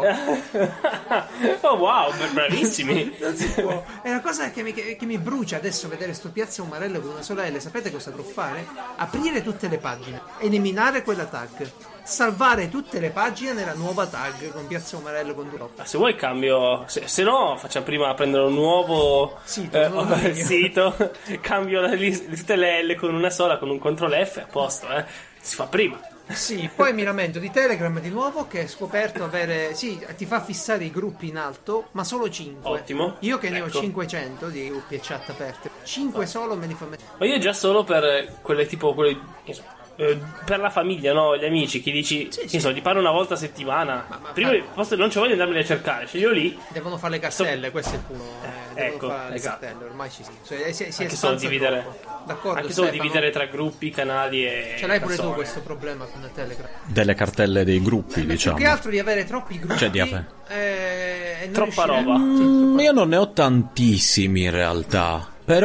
Oh wow, bravissimi. Non si può. È una cosa che mi, che, che mi brucia adesso vedere sto Piazza Umarello con una sola L. Sapete cosa dovrò fare? Aprire tutte le pagine, eliminare quella tag, salvare tutte le pagine nella nuova tag con Piazza Umarello con due. Se vuoi cambio, se, se no facciamo prima prendere un nuovo sito, eh, nuovo sito cambio la, tutte le L con una sola, con un control F, a posto, eh. Si fa prima. Sì, poi mi lamento di Telegram di nuovo che ho scoperto avere... Sì, ti fa fissare i gruppi in alto, ma solo cinque. Ottimo. Io che ne ecco. ho cinquecento di gruppi e chat aperte. cinque solo me li fa mettere. Ma io già solo per quelle tipo... Quelle, eh, per la famiglia, no? Gli amici, che dici... Sì, che sì. so, li parlo una volta a settimana. Ma, ma prima posso, non ci voglio andarmeli a cercare, ce li ho lì. Devono fare le cartelle, so... questo è il punto. Eh, ecco, fare esatto. Le cartelle, ormai ci si... Cioè, si, si anche solo dividere... Troppo. D'accordo, anche solo Stefano. dividere tra gruppi, canali e ce l'hai pure persone. tu questo problema con Telegram delle cartelle dei gruppi, diciamo più che altro di avere troppi gruppi, cioè di avere eh, e non troppa riuscire... roba mm, sì, troppa... io non ne ho tantissimi in realtà,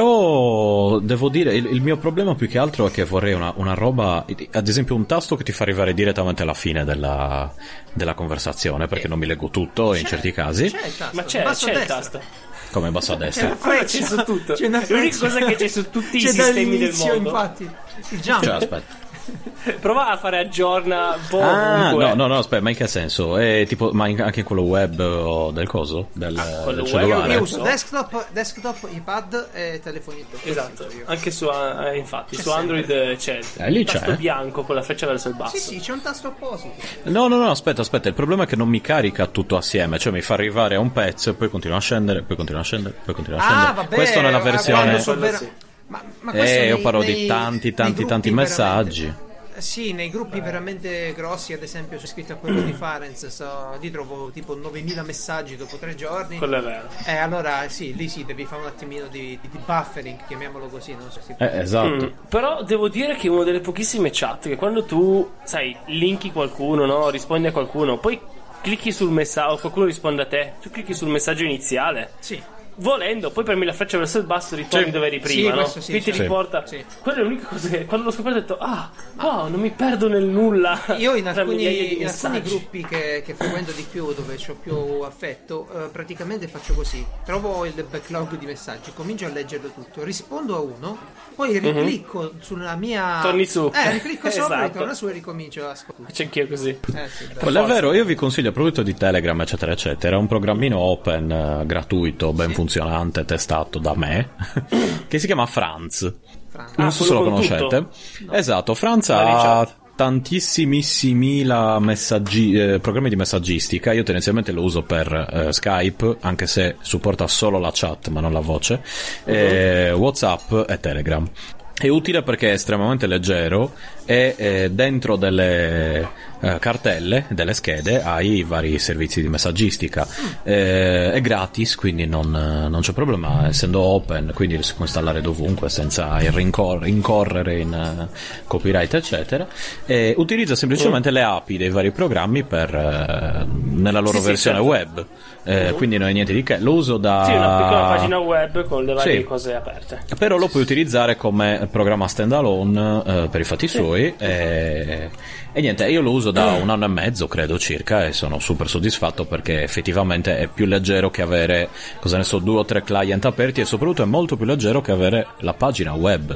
però devo dire il, il mio problema più che altro è che vorrei una, una roba, ad esempio un tasto che ti fa arrivare direttamente alla fine della, della conversazione, perché eh. non mi leggo tutto c'è, in certi casi c'è il tasto, ma c'è, c'è il tasto. Come basso a destra? C'è, una c'è su tutto. C'è una l'unica cosa che c'è su tutti c'è i sistemi del mondo. Infatti, il jump. Cioè, aspetta. Prova a fare aggiorna un po'. Ah, no, no, no, aspetta, ma in che senso? È tipo, ma in, anche quello web o del coso? Del, ah, del cellulare? Io, io uso desktop, desktop, iPad e telefonino. Esatto, anche su, eh, infatti, c'è su Android sempre. c'è eh, lì il tasto c'è. bianco con la freccia verso il basso. Sì, sì, c'è un tasto apposito. No, no, no, aspetta, aspetta, il problema è che non mi carica tutto assieme, cioè mi fa arrivare a un pezzo e poi continua a scendere, poi continua a scendere, poi continua a scendere. Ah, vabbè, questo nella versione... Vera... Sì. Ma, ma eh, io parlo nei, di tanti, tanti, tanti messaggi. Veramente... Sì, nei gruppi veramente grossi, ad esempio c'è scritto a quello di Farenz, so, lì trovo tipo novemila messaggi dopo tre giorni. Quello è vero. Eh, allora sì, lì sì, devi fare un attimino di, di, di buffering, chiamiamolo così, non so se si eh, esatto. Mm, però devo dire che è una delle pochissime chat che quando tu, sai, linki qualcuno, no? Rispondi a qualcuno, poi clicchi sul messaggio, qualcuno risponde a te, tu clicchi sul messaggio iniziale. Sì. Volendo, poi premi la freccia verso il basso, ritorni sì. dove eri prima, sì, no? Sì, Qui ti sì. riporta. Sì. Quella è l'unica cosa che quando l'ho scoperto ho detto: ah, wow, non mi perdo nel nulla. Io in alcuni, in alcuni gruppi che, che frequento di più, dove ho più affetto, eh, praticamente faccio così: trovo il backlog di messaggi, comincio a leggerlo tutto, rispondo a uno, poi riclicco mm-hmm. sulla mia. Torni su. Eh, riclicco sopra, esatto. ritorno su e ricomincio a ascoltare. C'è anch'io così. Eh, sì, quello è vero, io vi consiglio a proposito di Telegram, eccetera, eccetera, un programmino open, eh, gratuito, ben sì. funzionante, testato da me. Che si chiama Franz. Franz. Non ah, so se lo conoscete. No. Esatto, Franz ha tantissimissimi messaggi, eh, programmi di messaggistica. Io tendenzialmente lo uso per eh, Skype, anche se supporta solo la chat ma non la voce, uh-huh. eh, WhatsApp e Telegram. È utile perché è estremamente leggero e eh, dentro delle eh, cartelle delle schede ai vari servizi di messaggistica. Eh, è gratis, quindi non, non c'è problema, essendo open, quindi si può installare dovunque senza rincor- incorrere in uh, copyright eccetera, e utilizza semplicemente le A P I dei vari programmi per uh, nella loro sì, versione sì, certo. web, eh, uh-huh. quindi non è niente di che, lo uso da sì, una piccola pagina web con le varie sì. cose aperte, però lo puoi utilizzare come programma standalone uh, per i fatti sì. suoi e, e niente, io lo uso da un anno e mezzo credo circa e sono super soddisfatto perché effettivamente è più leggero che avere, cosa ne so, due o tre client aperti, e soprattutto è molto più leggero che avere la pagina web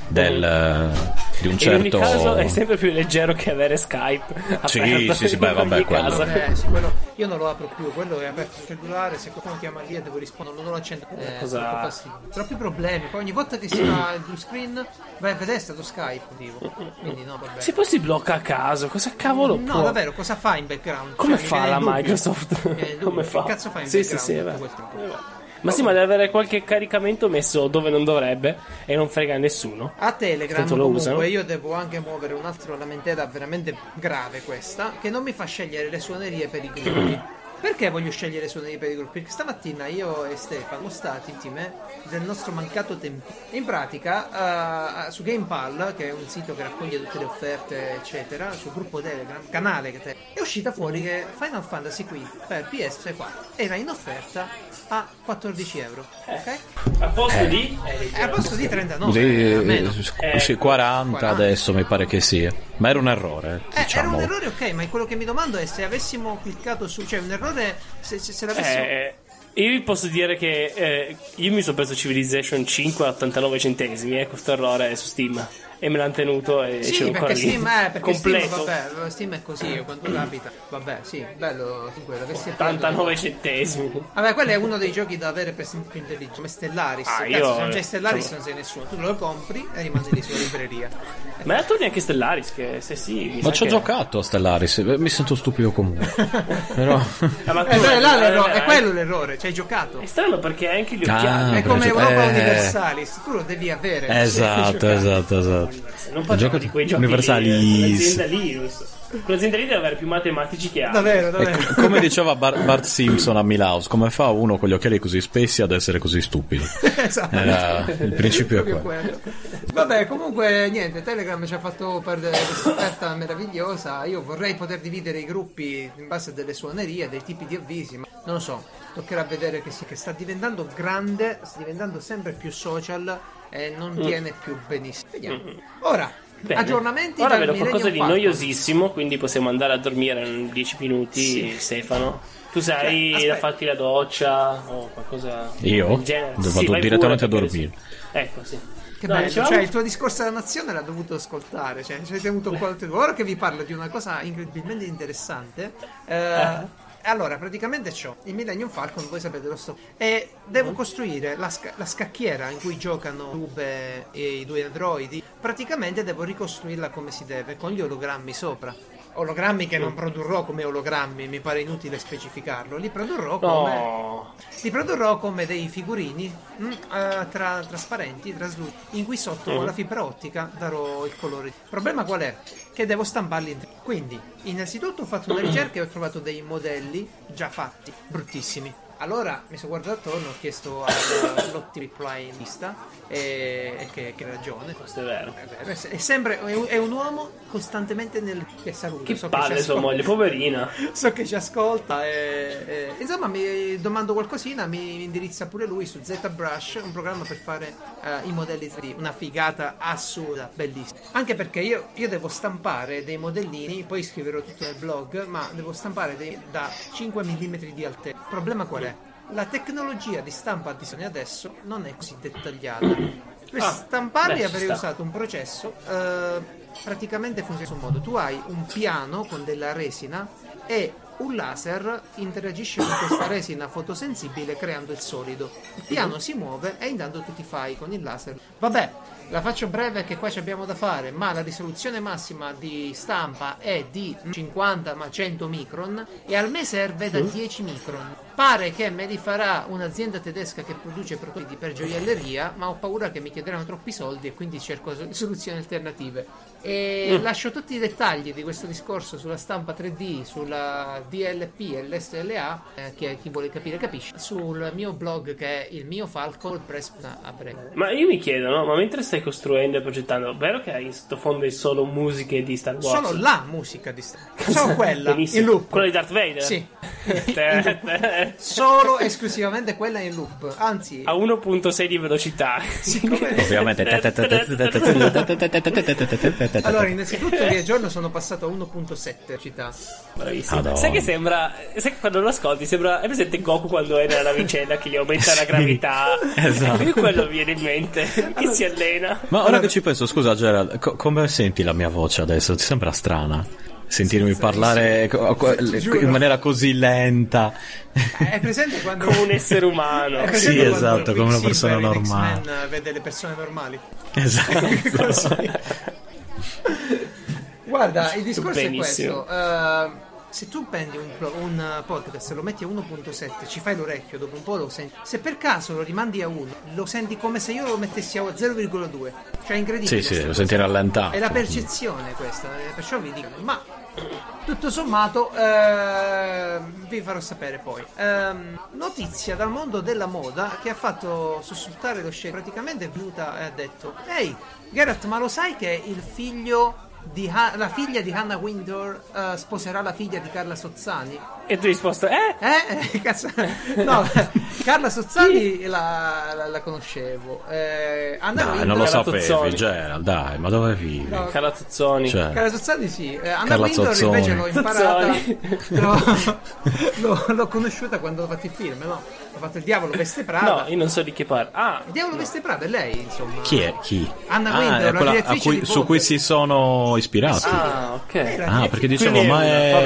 del, uh, di un certo. In ogni caso è sempre più leggero che avere Skype aperto. Sì, sì, sì, beh, vabbè, quello. Eh, sì, quello. Io non lo apro più, quello è aperto sul cellulare, se qualcuno chiama lì e devo rispondere, non lo accendo. Eh, Cosa... troppo fastidio. Troppi problemi, poi ogni volta che si fa il blue screen vai a vedere è stato Skype, dico. Quindi no, vabbè. Se poi si blocca a caso, cosa cavolo no, può? davvero, cosa fa in background? Come cioè, fa la Microsoft? Come fa? Che cazzo fa in sì, background? Sì, sì, sì, ma sì, ma deve avere qualche caricamento messo dove non dovrebbe e non frega nessuno. A Telegram lo comunque usano. Io devo anche muovere un altro lamentela veramente grave, questa, che non mi fa scegliere le suonerie per i gruppi. Perché voglio scegliere suonerie per i gruppi? Perché stamattina io e Stefano siamo stati vittime del nostro mancato tempo. In pratica uh, su GamePal, che è un sito che raccoglie tutte le offerte eccetera, sul gruppo Telegram, canale che te, è uscita fuori che Final Fantasy quindici per P S quattro era in offerta a quattordici euro. Ok? A posto eh. di? Eh, a posto di trentanove. Sì, eh, sì, quaranta, quaranta adesso mi pare che sia. Ma era un errore. Eh, diciamo. Era un errore, ok, ma quello che mi domando è se avessimo cliccato su, cioè un errore, se, se, se l'avessimo. Eh, io vi posso dire che eh, io mi sono preso Civilization cinque a ottantanove centesimi, eh, questo errore su Steam. E me l'hanno tenuto e sì, c'è ancora lì Steam, eh, perché completo. Steam, vabbè, Steam è così quando capita. Vabbè, sì, bello quello che si è ottantanove centesimi. Vabbè, quello è uno dei giochi da avere per sempre intelligente, come Stellaris. Ah, Cazzo, io, se non c'è Stellaris cioè... non sei nessuno. Tu lo compri e rimani lì sulla libreria. Ma tu neanche Stellaris, che se sì. Ma ci ho che... giocato a Stellaris, mi sento stupido comunque. Però ah, ma tu, eh, là l'errore, è quello l'errore, ci hai giocato. È strano perché hai anche gli occhiali. Ah, è come preso... Europa eh... Universalis, tu lo devi avere. Esatto, esatto, esatto. Non parliamo di quei giochi Universalis. L'azienda Linus. Quell'azienda lì deve avere più matematici che altro. Davvero, davvero. Ecco, come diceva Bar- Bart Simpson a Milhouse, come fa uno con gli occhiali così spessi ad essere così stupido? Esatto. Era, il principio è quello. quello. Vabbè, comunque niente, Telegram ci ha fatto perdere questa offerta meravigliosa. Io vorrei poter dividere i gruppi in base a delle suonerie, dei tipi di avvisi, ma non lo so. Toccherà vedere che, sì, che sta diventando grande, sta diventando sempre più social e non mm. tiene più benissimo. Vediamo. Ora, bene. Aggiornamenti. Ora vedo qualcosa di Falcon. Noiosissimo, quindi possiamo andare a dormire in dieci minuti. Sì. Stefano, tu sei Beh, da farti la doccia o qualcosa? Io? Vado sì, direttamente a dormire. Ecco, sì. Che no, bello, diciamo... cioè il tuo discorso della nazione l'ha dovuto ascoltare, cioè ci avete avuto un po' di tempo. Ora che vi parlo di una cosa incredibilmente interessante, eh, eh. Allora, praticamente c'ho il Millennium Falcon, voi sapete lo sto. E devo costruire la, sca- la scacchiera in cui giocano Rube e i due androidi. Praticamente devo ricostruirla come si deve, con gli ologrammi sopra. Ologrammi che non produrrò come ologrammi, mi pare inutile specificarlo. Li produrrò come no. Li produrrò come dei figurini mh, uh, tra, trasparenti, traslucidi, in cui sotto con mm. la fibra ottica darò il colore. Il problema qual è? Che devo stamparli in tre. Quindi, innanzitutto ho fatto una ricerca e ho trovato dei modelli già fatti, bruttissimi. Allora mi sono guardato attorno, ho chiesto all'ottimiplyista e, e che, che ragione. Questo è vero. È, vero. È sempre è un, è un uomo costantemente nel che saluto. Che so palle che sua moglie, poverina. So che ci ascolta e, e insomma mi domando qualcosina, mi indirizza pure lui su ZBrush, un programma per fare uh, i modelli tre D, una figata assurda, bellissima. Anche perché io, io devo stampare dei modellini, poi scriverò tutto nel blog, ma devo stampare dei, da cinque millimetri di altezza. Il problema qual è? La tecnologia di stampa di Sony adesso non è così dettagliata. Per ah, stamparli avrei usato un processo eh, praticamente funziona in questo modo. Tu hai un piano con della resina e un laser interagisce con questa resina fotosensibile creando il solido. Il piano si muove e intanto tu ti fai con il laser. Vabbè, la faccio breve che qua ci abbiamo da fare, ma la risoluzione massima di stampa è di cinquanta ma cento micron e a me serve da dieci micron. pare che me li farà un'azienda tedesca che produce prodotti per gioielleria, ma ho paura che mi chiederanno troppi soldi e quindi cerco soluzioni alternative. E mm. lascio tutti i dettagli di questo discorso sulla stampa tre D, sulla D L P e l'S L A, eh, che chi vuole capire capisce, sul mio blog che è il mio Falco, il Press a breve. Ma io mi chiedo, no? Ma mentre stai costruendo e progettando, vero che in sottofondo è solo musiche di Star Wars? Solo la musica di Star Wars, solo quella in loop. Quella di Darth Vader? Sì. Solo esclusivamente quella in loop, anzi a uno virgola sei di velocità. Ovviamente. Allora, innanzitutto ogni giorno sono passato a uno virgola sette città. Bravissimo. Madonna. Sai che sembra, sai che quando lo ascolti sembra, è presente Goku quando è nella navicella che gli aumenta la gravità? Esatto. E quello viene in mente, che allora, si allena. Ma ora che ci penso, scusa Gerald, co- come senti la mia voce adesso? Ti sembra strana? Sentirmi sì, parlare sì, sì. Co- in maniera così lenta. È presente quando come un essere umano. Sì, esatto, come una persona normale. X-Men vede le persone normali. Esatto. Guarda, il discorso Benissimo. è questo. Uh, se tu prendi un, un podcast e lo metti a uno virgola sette, ci fai l'orecchio, dopo un po' lo senti. Se per caso lo rimandi a uno, lo senti come se io lo mettessi a zero virgola due. Cioè è incredibile. Sì, sì, lo senti rallentato. È la percezione questa, perciò vi dico. Ma tutto sommato eh, vi farò sapere poi. Eh, notizia dal mondo della moda che ha fatto sussultare lo scemo. Praticamente è venuta e ha detto: ehi Geralt, ma lo sai che il figlio di ha- la figlia di Hannah Wintour uh, sposerà la figlia di Carla Sozzani? E tu hai risposto eh? Eh? Cazzo. No, Carla Sozzani la, la, la conoscevo. Eh, Anna dai, Wintour, non lo Carla sapevi, Tozzoni. Gerald, dai, ma dove vivi? No, Carla Tozzoni. Cioè. Carla Sozzani sì. Eh, Anna Carla Wintour Zozzoni. invece l'ho imparata. L'ho, l'ho, l'ho conosciuta quando ho fatto il film, no? Ho fatto Il Diavolo Veste Prada. No, io non so di che parla. Ah, Il Diavolo no. Veste Prada è lei, insomma. Chi è? Chi? Anna ah, Wintour, è quella la a cui, di su cui si sono ispirati. Sì. Ah, ok. Ah, perché dicevo, ma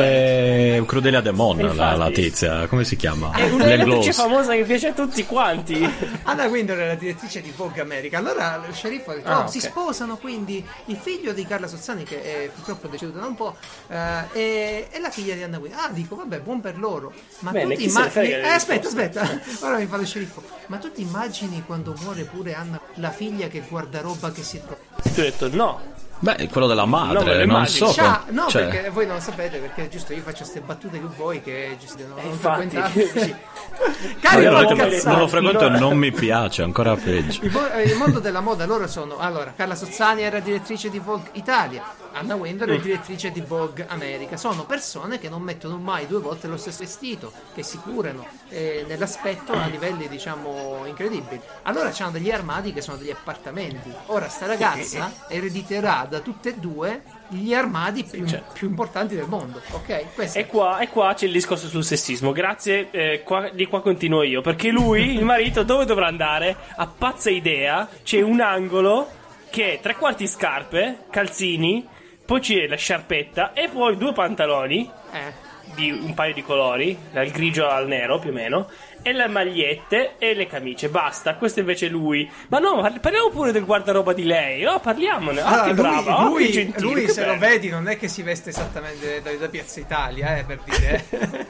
è, è Crudelia Demon la, la tizia, come si chiama? È un'attrice famosa che piace a tutti quanti. Anna Wintour è la direttrice di Vogue America. Allora lo sceriffo ha detto: ah, oh, okay. si sposano quindi il figlio di Carla Sozzani, che è purtroppo deceduto da un po', uh, e, e la figlia di Anna Wintour. Ah, dico, vabbè, buon per loro. Ma Bene, tu ti immagini. Eh, aspetta, aspetta. Ora mi fa lo sceriffo. Ma tu ti immagini quando muore pure Anna, la figlia che guarda roba che si trova? Tu hai detto no. Beh, quello della madre, no, non so. Cioè, no, cioè... perché voi non lo sapete, perché giusto io faccio queste battute più voi che giusto non, eh, non frequentate. Sì. Cari, no, non, non lo frequento e non mi piace, ancora peggio. Il, il mondo della moda, loro sono, allora, Carla Sozzani era direttrice di Vogue Italia, Anna Wintour è direttrice di Vogue America. Sono persone che non mettono mai due volte lo stesso vestito, che si curano eh, nell'aspetto a livelli, diciamo, incredibili. Allora c'hanno degli armadi che sono degli appartamenti. Ora sta ragazza erediterà da tutte e due gli armadi più, certo. più importanti del mondo, ok? Questo. E qua, e qua c'è il discorso sul sessismo. Grazie, eh, qua, di qua continuo io. Perché lui, il marito, dove dovrà andare? A pazza idea, c'è un angolo che è tre quarti scarpe, calzini, poi c'è la sciarpetta e poi due pantaloni Eh. di un paio di colori, dal grigio al nero più o meno, e le magliette e le camicie. Basta, questo invece è lui. Ma no, parliamo pure del guardaroba di lei. No, parliamone. Allora, ah, che lui, brava, oh, lui, che gentile, lui che se bello. lo vedi non è che si veste esattamente da, da Piazza Italia, eh, per dire.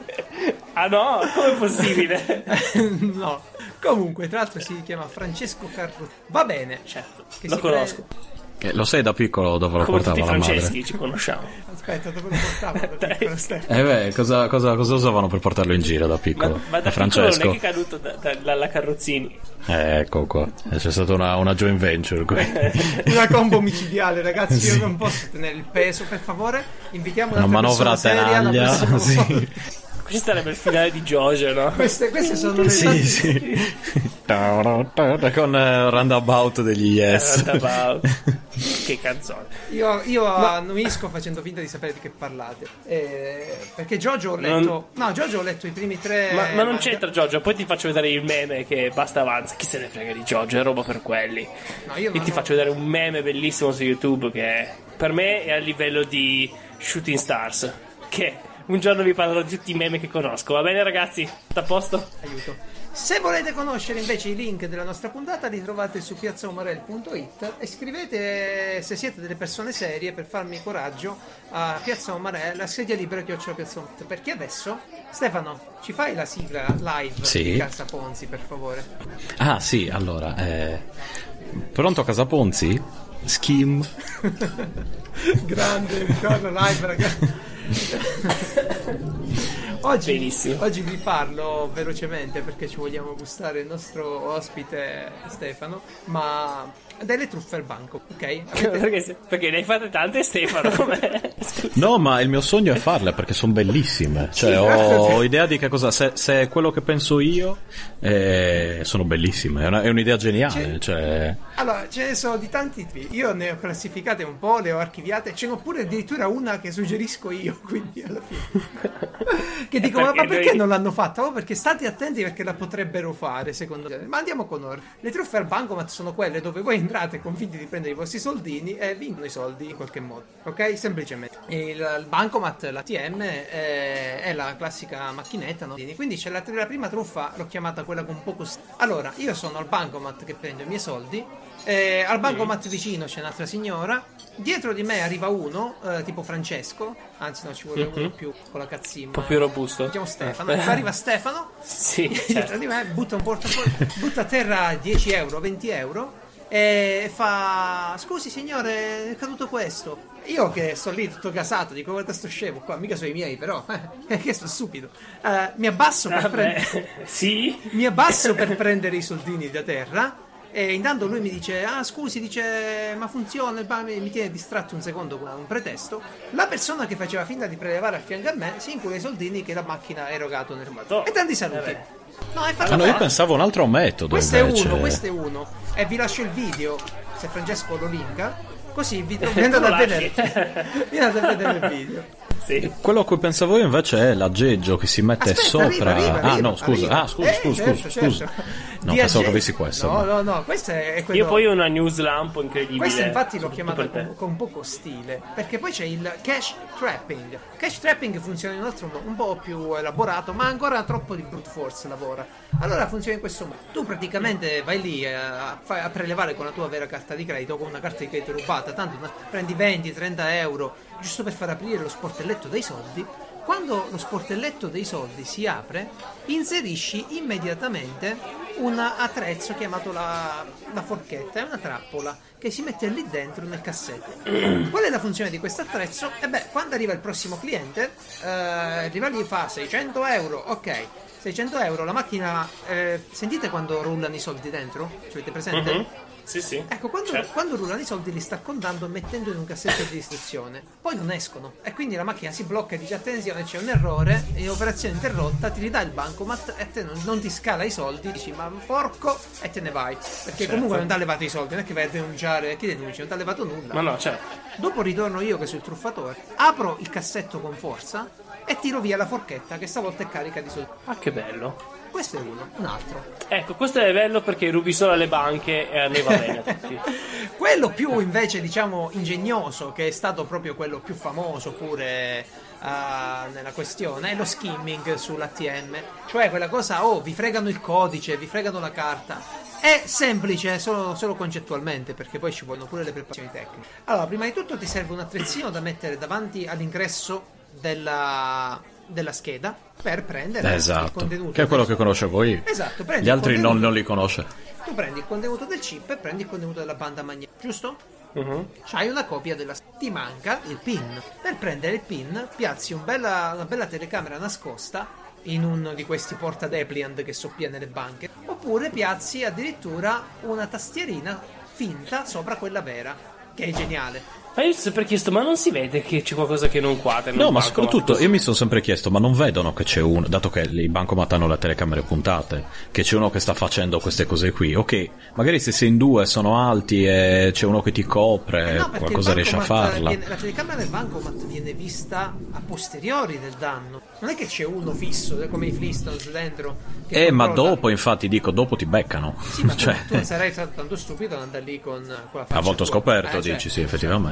Ah no, com'è possibile? No. Comunque, tra l'altro si chiama Francesco Carro. Va bene, certo, che lo si conosco. Pre... Eh, lo sai da piccolo dove lo Come portava tutti i la madre? Franceschi ci conosciamo. Aspetta, dove lo portava da piccolo? Eh beh, cosa, cosa, cosa usavano per portarlo in giro da piccolo? Ma, ma da Francesco piccolo non è che è caduto da, da, dalla Carrozzini. Eh, ecco qua, c'è stata una, una joint venture qui. Una combo micidiale, ragazzi. Sì. Io non posso tenere il peso, per favore. Invitiamo una manovra a tenaglia. Sì. Questo sarebbe il finale di JoJo, no? Queste, queste sono le sì, sì. Con uh, Roundabout degli Yes. Roundabout. Che canzone. Io, io Ma... annuisco facendo finta di sapere di che parlate. Eh, perché JoJo ho letto. Non... No, JoJo ho letto i primi tre. Ma, ma non c'entra JoJo. Poi ti faccio vedere il meme che basta avanza. Chi se ne frega di JoJo? È roba per quelli. No, io e non ti ho... faccio vedere un meme bellissimo su YouTube che per me è a livello di Shooting Stars. Che un giorno vi parlerò di tutti i meme che conosco. Va bene ragazzi? A posto? Aiuto. Se volete conoscere invece i link della nostra puntata li trovate su piazza umarell punto it e scrivete, se siete delle persone serie, per farmi coraggio, a Piazza Umarell, a sedia libera chiocciola piazza umarell. Perché adesso, Stefano, ci fai la sigla live sì. di Casa Ponzi, per favore? Ah sì, allora eh... pronto Casa Ponzi? Scheme. Grande ricordo live, ragazzi. Oggi, oggi vi parlo velocemente perché ci vogliamo gustare il nostro ospite Stefano, ma delle truffe al banco, ok? Avete... perché, perché ne hai fatte tante, Stefano? No, ma il mio sogno è farle perché sono bellissime. Cioè, sì, ho, ho idea di che cosa. Se, se è quello che penso io, eh, sono bellissime. È, una, è un'idea geniale. Cioè... Allora, ce ne sono di tanti tipi. Io ne ho classificate un po', le ho archiviate. Ce n'ho pure addirittura una che suggerisco io. Quindi alla fine. Che dico, ma, ma perché noi... non l'hanno fatta? Oh, perché state attenti perché la potrebbero fare, secondo me. Ma andiamo con ordine. Le truffe al bancomat sono quelle dove voi entrate convinti di prendere i vostri soldini e vincono i soldi in qualche modo, ok? Semplicemente. Il, il bancomat, l'A T M, è, è la classica macchinetta, no? Quindi c'è la, la prima truffa, l'ho chiamata quella con poco... St- allora, io sono al bancomat che prendo i miei soldi, eh, al bancomat vicino c'è un'altra signora, dietro di me arriva uno, eh, tipo Francesco, anzi no, ci vuole uno in più con la cazzina. Un po' più robusto. Diciamo Stefano. Arriva Stefano, sì, dietro certo. di me, butta un portafoglio, butta a terra dieci euro, venti euro e fa: scusi signore, è caduto questo. Io che sto lì tutto casato, dico: guarda sto scemo qua, mica sono i miei, però eh, che sto stupido. Uh, mi abbasso per Vabbè, prendere sì. Mi abbasso per prendere i soldini da terra. E intanto lui mi dice: ah scusi, dice, ma funziona, mi tiene distratto un secondo con un pretesto. La persona che faceva finta di prelevare a fianco a me si incula i soldini che la macchina ha erogato nel modo. E tanti saluti. Eh no, è fatto. Ah, no, io pensavo un altro metodo. Questo invece. è uno, questo è uno. E vi lascio il video, se Francesco lo linka, così vi andate a vedere. Vi andate a vedere il video. Sì. Quello a cui pensavo io invece è l'aggeggio che si mette Aspetta, sopra. Arriva, arriva, ah, arriva, no, scusa. arriva. Ah, scusa, eh, scusa, certo, scusa, certo. scusa. No, pensavo che avessi questo. No, ma... no, no, questo è quello. Io poi ho una news lamp incredibile. Questo infatti l'ho chiamato con, con poco stile, perché poi c'è il cash trapping. Cash trapping funziona in un altro modo, un po' più elaborato, ma ancora troppo di brute force lavora. Allora funziona in questo modo. Tu praticamente vai lì a, a prelevare con la tua vera carta di credito o con una carta di credito rubata, tanto prendi venti trenta euro giusto per far aprire lo sportelletto dei soldi. Quando lo sportelletto dei soldi si apre, inserisci immediatamente un attrezzo chiamato la, la forchetta, è una trappola che si mette lì dentro nel cassetto. Qual è la funzione di questo attrezzo? E beh, quando arriva il prossimo cliente, eh, arriva lì e fa seicento euro, ok, seicento euro, la macchina, eh, sentite quando rullano i soldi dentro? Ci avete presente? Mm-hmm. Sì, sì. Ecco, quando, certo. quando rullano i soldi li sta contando e mettendo in un cassetto di istruzione. Poi non escono e quindi la macchina si blocca e dice: attenzione, c'è un errore, e operazione interrotta, ti ridà il bancomat e te non, non ti scala i soldi, dici ma porco, e te ne vai. Perché certo. comunque non ti ha levato i soldi, non è che vai a denunciare, chi denuncia? Non ti ha levato nulla. Ma no, certo. Dopo ritorno io che sono il truffatore, apro il cassetto con forza e tiro via la forchetta che stavolta è carica di soldi. Ah, che bello. Questo è uno, un altro. Ecco, questo è bello perché rubi solo alle banche e a me va bene a tutti. Quello più invece, diciamo, ingegnoso, che è stato proprio quello più famoso pure uh, nella questione, è lo skimming sull'A T M. Cioè quella cosa, oh, vi fregano il codice, vi fregano la carta. È semplice solo, solo concettualmente, perché poi ci vogliono pure le preparazioni tecniche. Allora, prima di tutto ti serve un attrezzino da mettere davanti all'ingresso della... della scheda per prendere esatto. il contenuto, che è quello che conoscevo io. Esatto, gli altri non, non li conosce. Tu prendi il contenuto del chip e prendi il contenuto della banda magnetica, giusto? Uh-huh. C'hai una copia della scheda. Ti manca il pin. Per prendere il pin piazzi un bella, una bella telecamera nascosta in uno di questi porta Depliant che soppia nelle banche, oppure piazzi addirittura una tastierina finta sopra quella vera, che è geniale. Ma io ho sempre chiesto, ma non si vede che c'è qualcosa che non quadra? No, ma soprattutto io mi sono sempre chiesto, ma non vedono che c'è uno, dato che i bancomat hanno le telecamere puntate, che c'è uno che sta facendo queste cose qui? Ok, magari se sei in due sono alti e c'è uno che ti copre, eh no, qualcosa riesce a farla. Viene, la telecamera del bancomat viene vista a posteriori del danno. Non è che c'è uno fisso, come i Flintstones dentro. Che eh, ma dopo, infatti, dico, dopo ti beccano. Sì, ma cioè... tu, tu non sarai tanto stupido ad andare lì con, con la faccia. A volto tua. scoperto, eh, dici, cioè, sì, effettivamente.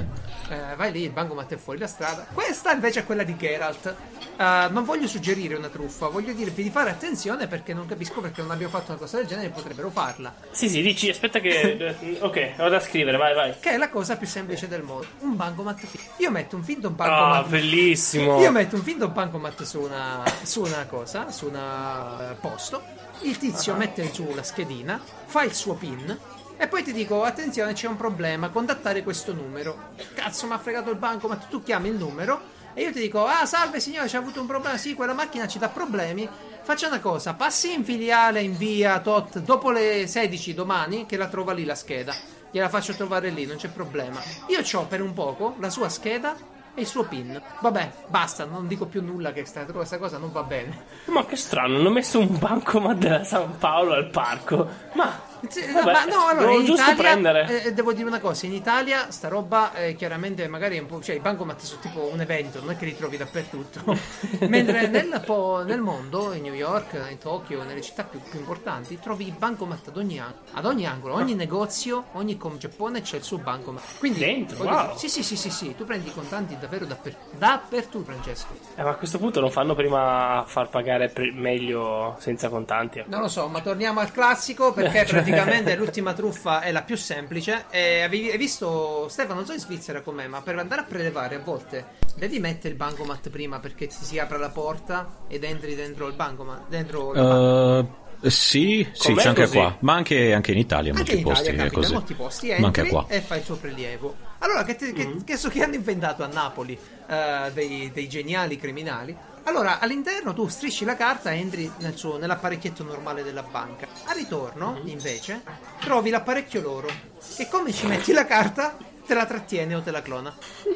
Eh, vai lì, il bancomat è fuori da strada. Questa invece è quella di Geralt. Uh, non voglio suggerire una truffa, voglio dirvi di fare attenzione perché non capisco perché non abbiamo fatto una cosa del genere e potrebbero farla. Sì, sì, dici, aspetta che... ok, ho da scrivere, vai, vai. Che è la cosa più semplice del mondo. Un bancomat finto. Io metto un finto bancomat. Ah, bellissimo. Io metto un finto bancomat su una, su una cosa, su una uh, posto. Il tizio uh-huh. mette giù la schedina, fa il suo pin. E poi ti dico, attenzione, c'è un problema, contattare questo numero. Cazzo, mi ha fregato il bancomat, tu chiami il numero e io ti dico, ah, salve signore, c'è avuto un problema, sì, quella macchina ci dà problemi. Faccia una cosa, passi in filiale in via tot dopo le sedici domani, che la trova lì la scheda. Gliela faccio trovare lì, non c'è problema. Io c'ho per un poco la sua scheda e il suo pin. Vabbè, basta, non dico più nulla che sta, questa cosa non va bene. Ma che strano, hanno messo un bancomat della San Paolo al parco. Ma... Vabbè, ma no, allora in giusto Italia prendere. eh, devo dire una cosa, in Italia sta roba eh, chiaramente magari è un po', cioè i bancomat sono tipo un evento, non è che li trovi dappertutto. Mentre nel, po, nel mondo, in New York, in Tokyo, nelle città più, più importanti, trovi i bancomat ad ogni, ad ogni angolo, ogni negozio, ogni com Giappone c'è il suo bancomat. Quindi dentro, wow. Sì, sì, sì, sì, sì, tu prendi i contanti davvero dappertutto, dappertutto, Francesco. Eh, ma a questo punto non fanno prima far pagare pre- meglio senza contanti? Non lo so, ma torniamo al classico perché praticamente l'ultima truffa è la più semplice. E avevi, hai visto, Stefano, non so in Svizzera com'è, ma per andare a prelevare a volte devi mettere il bancomat prima perché ti si apra la porta ed entri dentro il bancomat, dentro la uh, sì, sì, c'è anche così? Qua, ma anche, anche in Italia, anche in molti Italia posti capita, è così. molti posti Ma anche entri qua. e fai il suo prelievo. Allora, che, te, che, mm. che so che hanno inventato a Napoli uh, dei, dei geniali criminali. Allora, all'interno tu strisci la carta e entri nel suo, nell'apparecchietto normale della banca. Al ritorno, mm-hmm. invece, trovi l'apparecchio loro. E come ci metti la carta, te la trattiene o te la clona.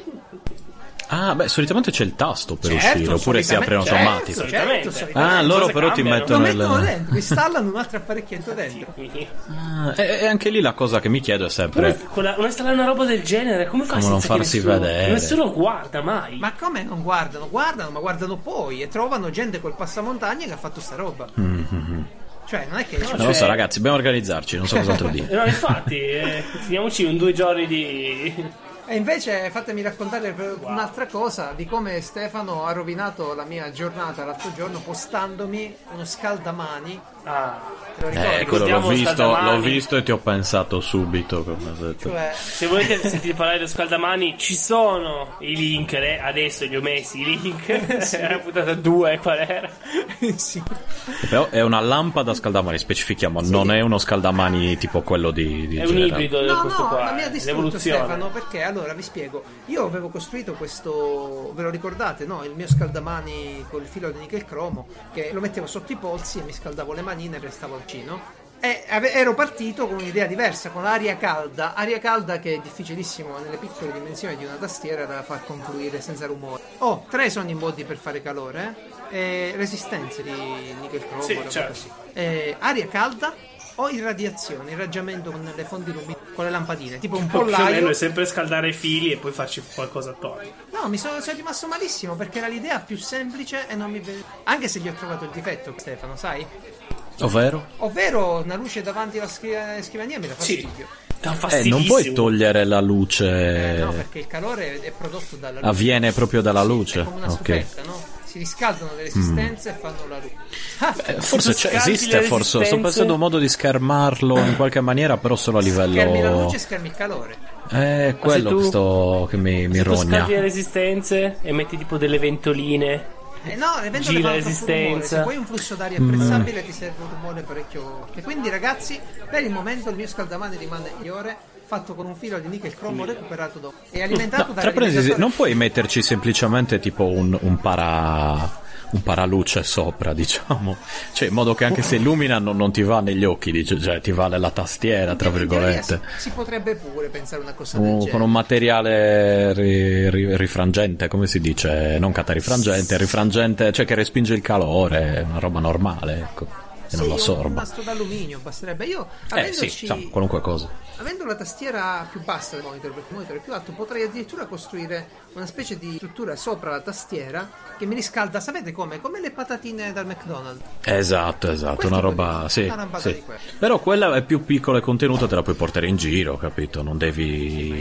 Ah, beh, solitamente c'è il tasto per certo, uscire, oppure si apre in certo, automatico. Solitamente. Certo, ah, loro però cambiano. Ti mettono, lo mettono il... dentro, installano un altro apparecchietto dentro. Ah, e, e anche lì la cosa che mi chiedo è sempre: come installare una roba del genere? Come fai? Come non farsi nessuno, vedere? Nessuno guarda mai. Ma come non guardano? Guardano, ma guardano poi e trovano gente col passamontagna che ha fatto sta roba. Mm-hmm. Cioè, non è che. No, cioè... Non lo so, ragazzi, dobbiamo organizzarci, non so cos'altro dire. No, infatti, eh, finiamoci un due giorni di. E invece fatemi raccontare wow. un'altra cosa di come Stefano ha rovinato la mia giornata l'altro giorno postandomi uno scaldamani. Ah, te lo ricordi? Eh, quello l'ho visto, l'ho visto e ti ho pensato subito. Come detto. Cioè... Se volete sentire parlare dello scaldamani, ci sono i link. Eh? Adesso li ho messi i link. Sì. Era puntata due, qual era? Sì. Però è una lampada scaldamani, specifichiamo, sì. Non è uno scaldamani tipo quello di, di è generale. Un ibrido. No, questo no, qua, ma mi ha distrutto Stefano perché allora vi spiego. Io avevo costruito questo, ve lo ricordate, no? Il mio scaldamani col filo di nickel cromo che lo mettevo sotto i polsi e mi scaldavo le manine e restavo vicino. E ero partito con un'idea diversa, con l'aria calda, aria calda che è difficilissimo nelle piccole dimensioni di una tastiera da far confluire senza rumore. Oh, tre sono i modi per fare calore, eh? E resistenze di nickel cromo, sì, certo. così. E aria calda o irradiazione, irraggiamento con le fonti luminose, con le lampadine, tipo un pollaio. È sempre scaldare i fili e poi farci qualcosa attorno. No, mi sono, sono rimasto malissimo perché era l'idea più semplice e non mi veniva. Anche se gli ho trovato il difetto, Stefano, sai? Ovvero? Ovvero una luce davanti alla scriv- scrivania mi dà fastidio. Sì. Eh, non puoi togliere la luce. Eh, no, perché il calore è prodotto dalla luce. Avviene proprio dalla sì, luce. È come una okay. stufetta, no? Si riscaldano le resistenze mm. e fanno la luce. Ah, Beh, forse c'è, esiste, forse sto pensando un modo di schermarlo in qualche maniera, però solo a livello. Schermi la luce e schermi il calore. È quello tu, che, sto, che mi, mi se rogna. Se tu scaldi le resistenze e metti tipo delle ventoline. Eh no, le ventole fanno resistenza. Se vuoi un flusso d'aria apprezzabile mm. ti serve un rumore parecchio. E quindi ragazzi, per il momento il mio scaldamani rimane migliore, fatto con un filo di nickel cromo recuperato dopo e alimentato no, da tra parentesi, non puoi metterci semplicemente tipo un, un para un paraluce sopra, diciamo, cioè in modo che anche se illumina non, non ti va negli occhi, dice, cioè ti va nella tastiera, tra virgolette. Si, si potrebbe pure pensare una cosa uh, del genere. Con un materiale ri, ri, rifrangente, come si dice, non catarifrangente, rifrangente, cioè che respinge il calore, una roba normale, ecco. E non sì, lo assorba. Un nastro d'alluminio basterebbe. Io avendoci, eh sì, so, qualunque cosa. Avendo la tastiera più bassa del monitor, perché il monitor è più alto, potrei addirittura costruire una specie di struttura sopra la tastiera che mi riscalda, sapete come? Come le patatine dal McDonald's. Esatto, esatto, Questo una roba, sì, una roba sì. Però quella è più piccola e contenuta, te la puoi portare in giro, capito? Non devi io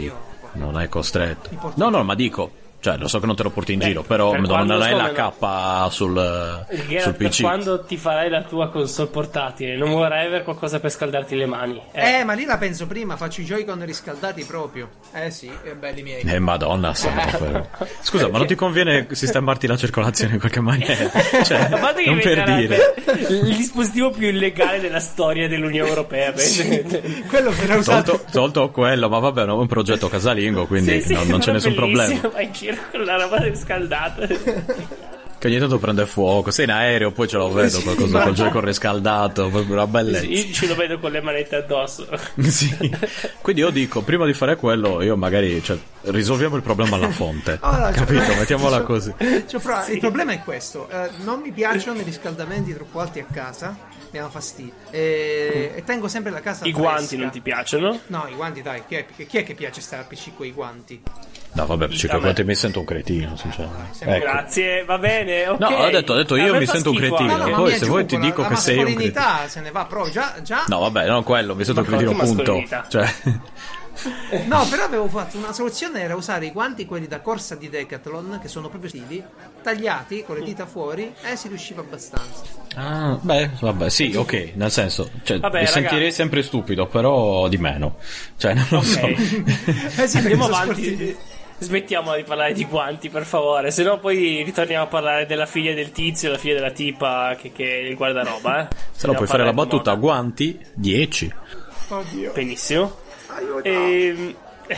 non è costretto. No, no, ma dico, cioè lo so che non te lo porti in Beh, giro, però non, non è la K sul, sul P C. Quando ti farai la tua console portatile non vorrai avere qualcosa per scaldarti le mani. Eh, eh ma lì la penso prima, faccio i Joy-Con riscaldati proprio. Eh sì, è belli miei. Eh madonna santa, però. Scusa, ma non ti conviene sistemarti la circolazione in qualche maniera? Cioè, non per dire. Il dispositivo più illegale della storia dell'Unione Europea. Sì, quello verrà usato. Tolto, tolto quello, ma vabbè, è un progetto casalingo, quindi sì, sì, non, non c'è nessun problema. Vai in giro con la roba riscaldata. Che ogni tanto prende fuoco. Sei in aereo, poi ce lo vedo qualcosa col Joy-Con riscaldato, proprio una bellezza. Sì, io ce lo vedo con le manette addosso. Sì. Quindi io dico, prima di fare quello, io magari, cioè, risolviamo il problema alla fonte. Allora, capito? Cioè, mettiamola cioè, così. Cioè, sì. Il problema è questo: eh, non mi piacciono i riscaldamenti troppo alti a casa. Mi danno fastidio. E, mm. e tengo sempre la casa I fresca. Guanti non ti piacciono? No, i guanti, dai. Chi è, chi è che piace stare a P C con i guanti? No, vabbè, P C con i guanti mi sento un cretino, sinceramente. Ecco. Grazie, va bene. Okay. No, ho detto, ho detto io mi sento un cretino. No, no, poi se vuoi ti dico la, che la sei un cretino. La mascolinità se ne va, però già, già. No, vabbè, non quello, mi sento un cretino, punto. Cioè. No, però avevo fatto una soluzione, era usare i guanti quelli da corsa di Decathlon, che sono proprio stili, tagliati con le dita fuori, e si riusciva abbastanza. Ah, beh, vabbè, sì, ok, nel senso, cioè, vabbè, mi sentirei ragazzi. sempre stupido, però di meno. Cioè, non lo okay. so. eh sì, andiamo avanti. Smettiamo di parlare di guanti, per favore, se no poi ritorniamo a parlare della figlia del tizio, la figlia della tipa che, che il guardaroba, eh. Se no puoi fare la battuta, guanti dieci. Oddio. Benissimo. Aiuto. E...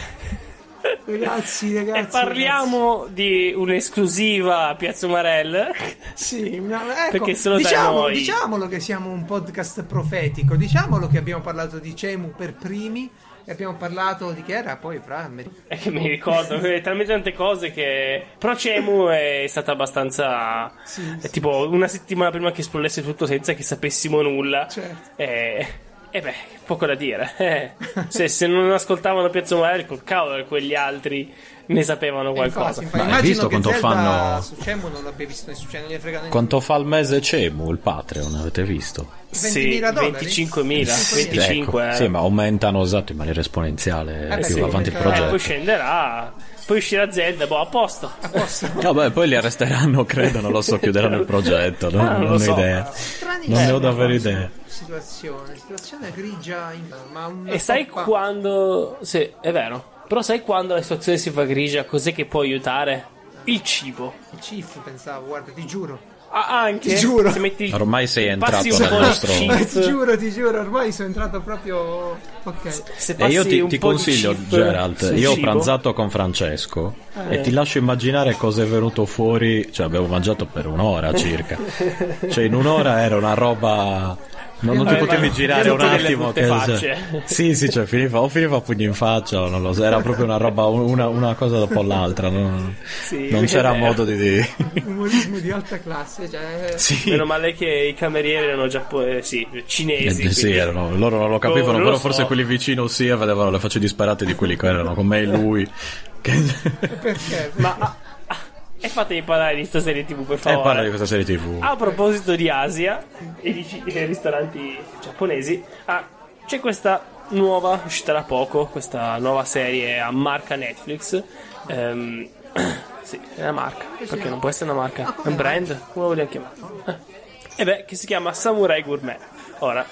ragazzi, ragazzi. E parliamo ragazzi. di un'esclusiva a Piazza Umarell. Sì, no, ecco, perché solo diciamo, da noi. Diciamolo che siamo un podcast profetico, diciamolo che abbiamo parlato di Cemu per primi. E abbiamo parlato di che era poi fra è che mi ricordo talmente tante cose che però Cemu è stata abbastanza sì, sì. tipo una settimana prima che esplodesse tutto senza che sapessimo nulla, certo. e, e beh, poco da dire, eh. se, se non ascoltavano Piazza Umarell, col cavolo che quegli altri ne sapevano qualcosa. Infatti, infatti, hai visto quanto Zelda fanno su Cemu non l'abbia visto nessuno, cioè non gli frega quanto fa al mese Cemu il Patreon, avete visto? Sì, venticinquemila, venticinque ecco, sì, ma aumentano esatto in maniera esponenziale eh beh, più sì, avanti il progetto. Eh, poi scenderà, poi uscirà Zelda, boh, a posto. A posto. Vabbè, poi li arresteranno, credo, non lo so, chiuderanno il progetto, non, ah, non, non so. ho idea. Non ne ho davvero idea. Situazione, situazione grigia in... ma e sai toppa... quando sì, è vero. Però sai quando la situazione si fa grigia, cos'è che può aiutare? Il cibo. Il cibo, pensavo, guarda, ti giuro. Ah, anche? Ti giuro. Se metti... Ormai sei entrato nel nostro... ti giuro, ti giuro, ormai sono entrato proprio... Ok. Se e io ti, ti consiglio, Geralt, io ho cibo. pranzato con Francesco eh. e ti lascio immaginare cosa è venuto fuori. Cioè, abbiamo mangiato per un'ora circa. Cioè, in un'ora era una roba... Non, non ti potevi girare un attimo che cioè, sì sì cioè finiva o finiva a pugno in faccia o non lo so, era proprio una roba una, una cosa dopo l'altra, non, sì, non c'era vero. modo di dire umorismo di alta classe, cioè... sì. Meno male che i camerieri erano giapponesi, sì, cinesi, eh, sì, erano, loro non lo capivano, oh, però lo forse so. quelli vicino sì vedevano le facce disperate di quelli che erano con me e lui che... perché? ma e fatemi parlare di sta serie tv, per favore. E parla di questa serie tv. A proposito di Asia e di c- ristoranti giapponesi, ah, c'è questa nuova, uscita da poco, questa nuova serie a marca Netflix. Ehm, sì, è una marca, perché non può essere una marca, è un brand, come vogliamo chiamarlo? Eh. E beh, che si chiama Samurai Gourmet. Ora,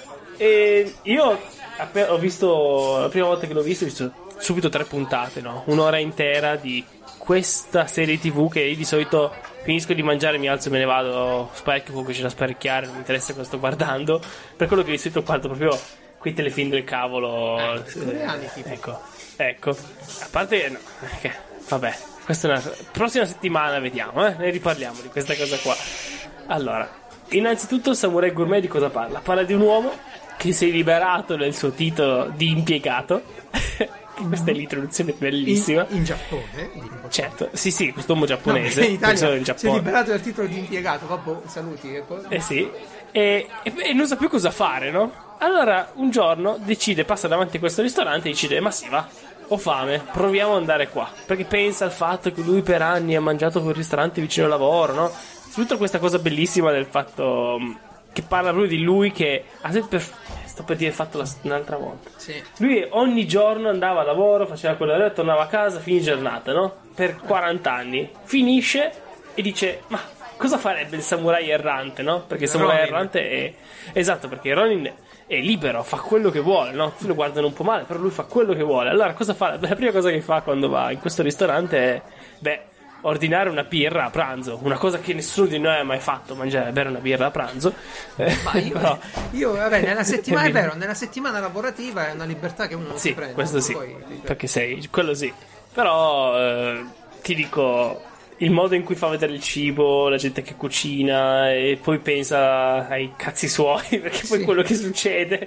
e io appena ho visto, la prima volta che l'ho visto, ho visto subito tre puntate, no? Un'ora intera di questa serie tv che io di solito finisco di mangiare, mi alzo e me ne vado, sparecchio comunque c'è da sparecchiare, non mi interessa cosa sto guardando, per quello che di solito guardo proprio quei telefilm del cavolo, eh, coreani, eh, ecco, ecco, a parte no, okay, vabbè, questa è una prossima settimana vediamo, eh, ne riparliamo di questa cosa qua. Allora, innanzitutto Samurai Gourmet di cosa parla? Parla di un uomo che si è liberato del suo titolo di impiegato. Questa è l'introduzione bellissima. In, in Giappone? Certo, sì, sì, quest'uomo giapponese. No, in Italia in si è liberato dal titolo di impiegato. Vabbè, saluti. E poi... Eh sì, e, e, e non sa più cosa fare, no? Allora, un giorno decide, passa davanti a questo ristorante e decide: ma sì, va, ho fame, proviamo ad andare qua. Perché pensa al fatto che lui per anni ha mangiato quel ristorante vicino al lavoro, no? Tutta questa cosa bellissima del fatto che parla proprio di lui che ha sempre sto per dire fatto la, un'altra volta. Sì. Lui ogni giorno andava a lavoro, faceva quello, tornava a casa, fine giornata, no? Per quaranta anni. Finisce e dice, ma cosa farebbe il samurai errante, no? Perché il samurai Ronin. errante è... Esatto, perché Ronin è libero, fa quello che vuole, no? Tutti lo guardano un po' male, però lui fa quello che vuole. Allora cosa fa? La prima cosa che fa quando va in questo ristorante è, beh, ordinare una birra a pranzo, una cosa che nessuno di noi ha mai fatto, mangiare, bere una birra a pranzo. Ma io, Però... io vabbè, nella settimana è vero, nella settimana lavorativa è una libertà che uno non sì, si prende. questo sì, poi, perché sei, quello sì. Però eh, ti dico, il modo in cui fa vedere il cibo, la gente che cucina e poi pensa ai cazzi suoi, perché poi sì. quello che succede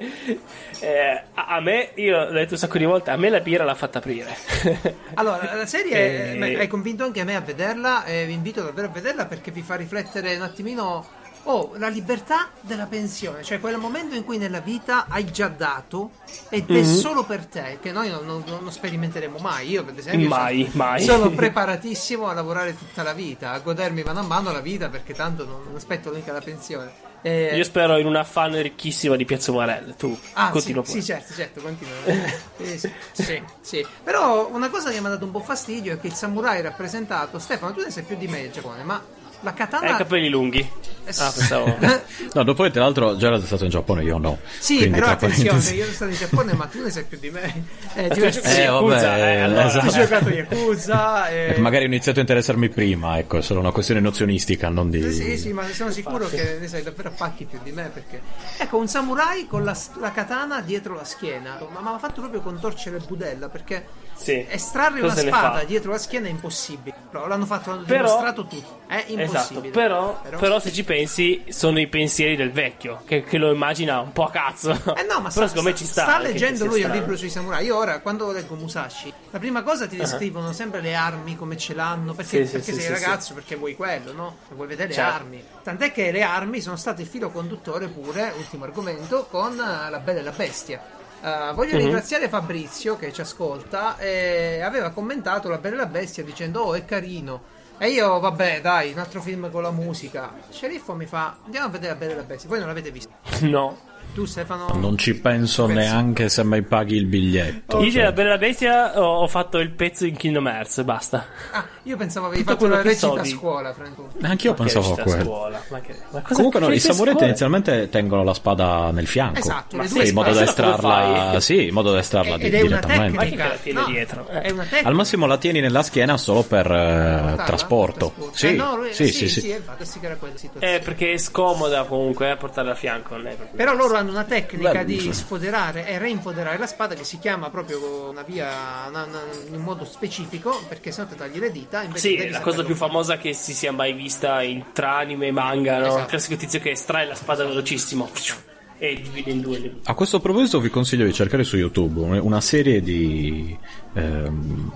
eh, a, a me, io l'ho detto un sacco di volte, a me la birra l'ha fatta aprire. Allora, la serie E- eh, hai convinto anche me a vederla e vi invito davvero a vederla perché vi fa riflettere un attimino. Oh, la libertà della pensione, cioè quel momento in cui nella vita hai già dato ed è Mhm. solo per te, che noi non, non- non sperimenteremo mai. Io, per esempio, Mai, sono, mai. sono preparatissimo a lavorare tutta la vita, a godermi mano a mano la vita perché tanto non, non aspetto mica la pensione. Eh, Io spero in una fan ricchissima di Piazza Umarell. Tu Ah, continua sì, pure. sì, certo, certo, continua. Eh, sì, sì, sì. Però una cosa che mi ha dato un po' fastidio è che il samurai rappresentato. Stefano, tu ne sai più di me del Giappone, ma la katana. Hai i capelli lunghi. Ah, pensavo. No, dopo tra l'altro Gerard è stato in Giappone, io no. Sì, Quindi, però tra attenzione, parentesi- io sono stato in Giappone, ma tu ne sai più di me. Eh, ti Tu ho hai giocato Eh, Yakuza, vabbè, eh, allora. esatto. ti ho giocato Yakuza. E... Eh, Magari ho iniziato a interessarmi prima, ecco, è solo una questione nozionistica, non di... Sì, sì, ma sono sicuro che ne sai davvero a pacchi più di me perché ecco un samurai con la, la katana dietro la schiena, ma mi ha fatto proprio contorcere il budella perché Sì. estrarre Cosa una ne spada fa? dietro la schiena è impossibile. Però l'hanno fatto, l'hanno Però- dimostrato tutti. È Esatto, impossibile. però, però se ci pensi sono i pensieri del vecchio che, che lo immagina un po' a cazzo. Eh no, ma però sta, secondo me ci sta. sta anche che leggendo sia lui il strano. libro sui samurai. Io ora, quando leggo Musashi, la prima cosa ti descrivono sempre le armi, come ce l'hanno. Perché, Sì, sì, perché sì, sei sì, ragazzo, perché vuoi quello, no? Vuoi vedere le Certo. armi. Tant'è che le armi sono state il filo conduttore pure, ultimo argomento, con eh, La Bella e la Bestia. Uh, voglio Mhm. ringraziare Fabrizio che ci ascolta e aveva commentato La Bella e la Bestia dicendo oh è carino e io vabbè dai un altro film con la musica. Sceriffo mi fa andiamo a vedere La Bella e la Bestia, voi non l'avete visto? No. Tu Stefano? Non ci penso Pensi- neanche se mi paghi il biglietto. Io cioè. della Bella Bestia ho, ho fatto il pezzo in Kingdom Hearts, basta. Ah, io pensavo avevi Tutto fatto la quello che recita so a di- scuola Franco. Anch'io Ma che pensavo a recita quello. scuola? Ma che... ma cosa Comunque no, fai i a samurai scuola? tendenzialmente tengono la spada nel fianco. Esatto, Ma le sì, due in modo da ma se no come estrarla, fai? sì, in modo da estrarla Ed di- è una direttamente. Ma chi tecnica. te la tiene No, dietro? Eh. È una tecnica. Al massimo la tieni nella schiena solo per eh, Portarla? trasporto. Sì, Eh, no, lui- sì, sì, sì, sì. sì, infatti sì che era quella situazione. Eh, perché è scomoda comunque eh, portarla a fianco. Non è proprio... Però loro hanno una tecnica Beh, di sì. sfoderare e reinfoderare la spada che si chiama proprio una via una- una- in un modo specifico perché sennò ti tagli le dita invece Sì, devi la cosa saperlo più fare. famosa che si sia mai vista in tra anime e manga, no? Esatto. Il classico tizio che estrae la spada velocissimo e divide in due le A questo proposito vi consiglio di cercare su YouTube un- una serie di, ehm,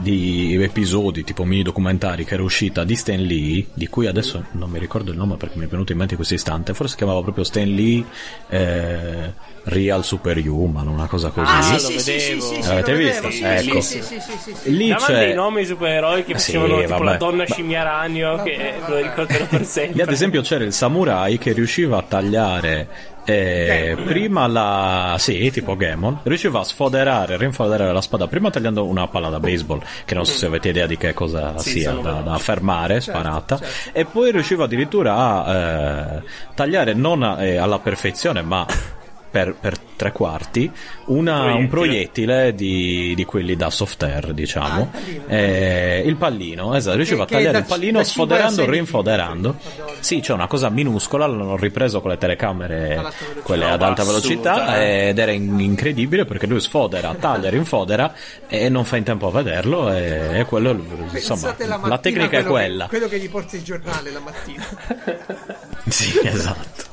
di episodi tipo mini documentari che era uscita di Stan Lee, di cui adesso non mi ricordo il nome perché mi è venuto in mente in questo istante, forse si chiamava proprio Stan Lee eh, Real Superhuman, una cosa così. Ah, Ah, sì, lo sì, sì, vedevo. sì, sì, sì, L'avete lo visto? vedevo, sì, Ecco. sì, sì, sì, sì, sì. Lì Davano c'è... dei nomi supereroi che Sì, facevano tipo vabbè. la donna Ma- scimmia ragno Vabbè, che vabbè. me lo ricorderò per sempre. Lì ad esempio c'era il samurai che riusciva a tagliare eh, Gamon. prima la... sì, tipo Gamon, riusciva a sfoderare, rinfoderare la spada prima tagliando una palla da baseball, che non so se avete idea di che cosa Sì, sia sono da, veloci. da fermare, Certo, sparata, certo. e poi riusciva addirittura a eh, tagliare non a- eh, alla perfezione ma per, per tre quarti una- Proiettile. un proiettile di, di quelli da soft air, diciamo. Ah, il pallino. Eh, il pallino, esatto, riusciva Che- a che tagliare da- il pallino da cinque a sfoderando, sei rinfoderando. millimetri. Sì, c'è una cosa minuscola, l'hanno ripreso con le telecamere, Ad alta velocità. quelle ad Roba alta velocità, assurda, eh. ed era in- incredibile perché lui sfodera, taglia, rinfodera e non fa in tempo a vederlo e, e quello, insomma, Pensate la la, mattina tecnica è quello quella. che, quello che gli porta il giornale la mattina. Sì, esatto.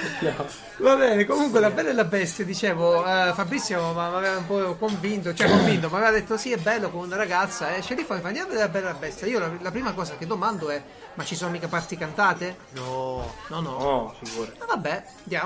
Va bene, comunque La Bella e la Bestia, dicevo, eh, Fabrizio mi aveva un po' convinto, cioè convinto, mi aveva detto sì è bello con una ragazza e Sceriffo mi fa andiamo a vedere La Bella e la Bestia. Io la, la prima cosa che domando è ma ci sono mica parti cantate? No, no, no. Oh, figurati. Ah, vabbè, andiamo.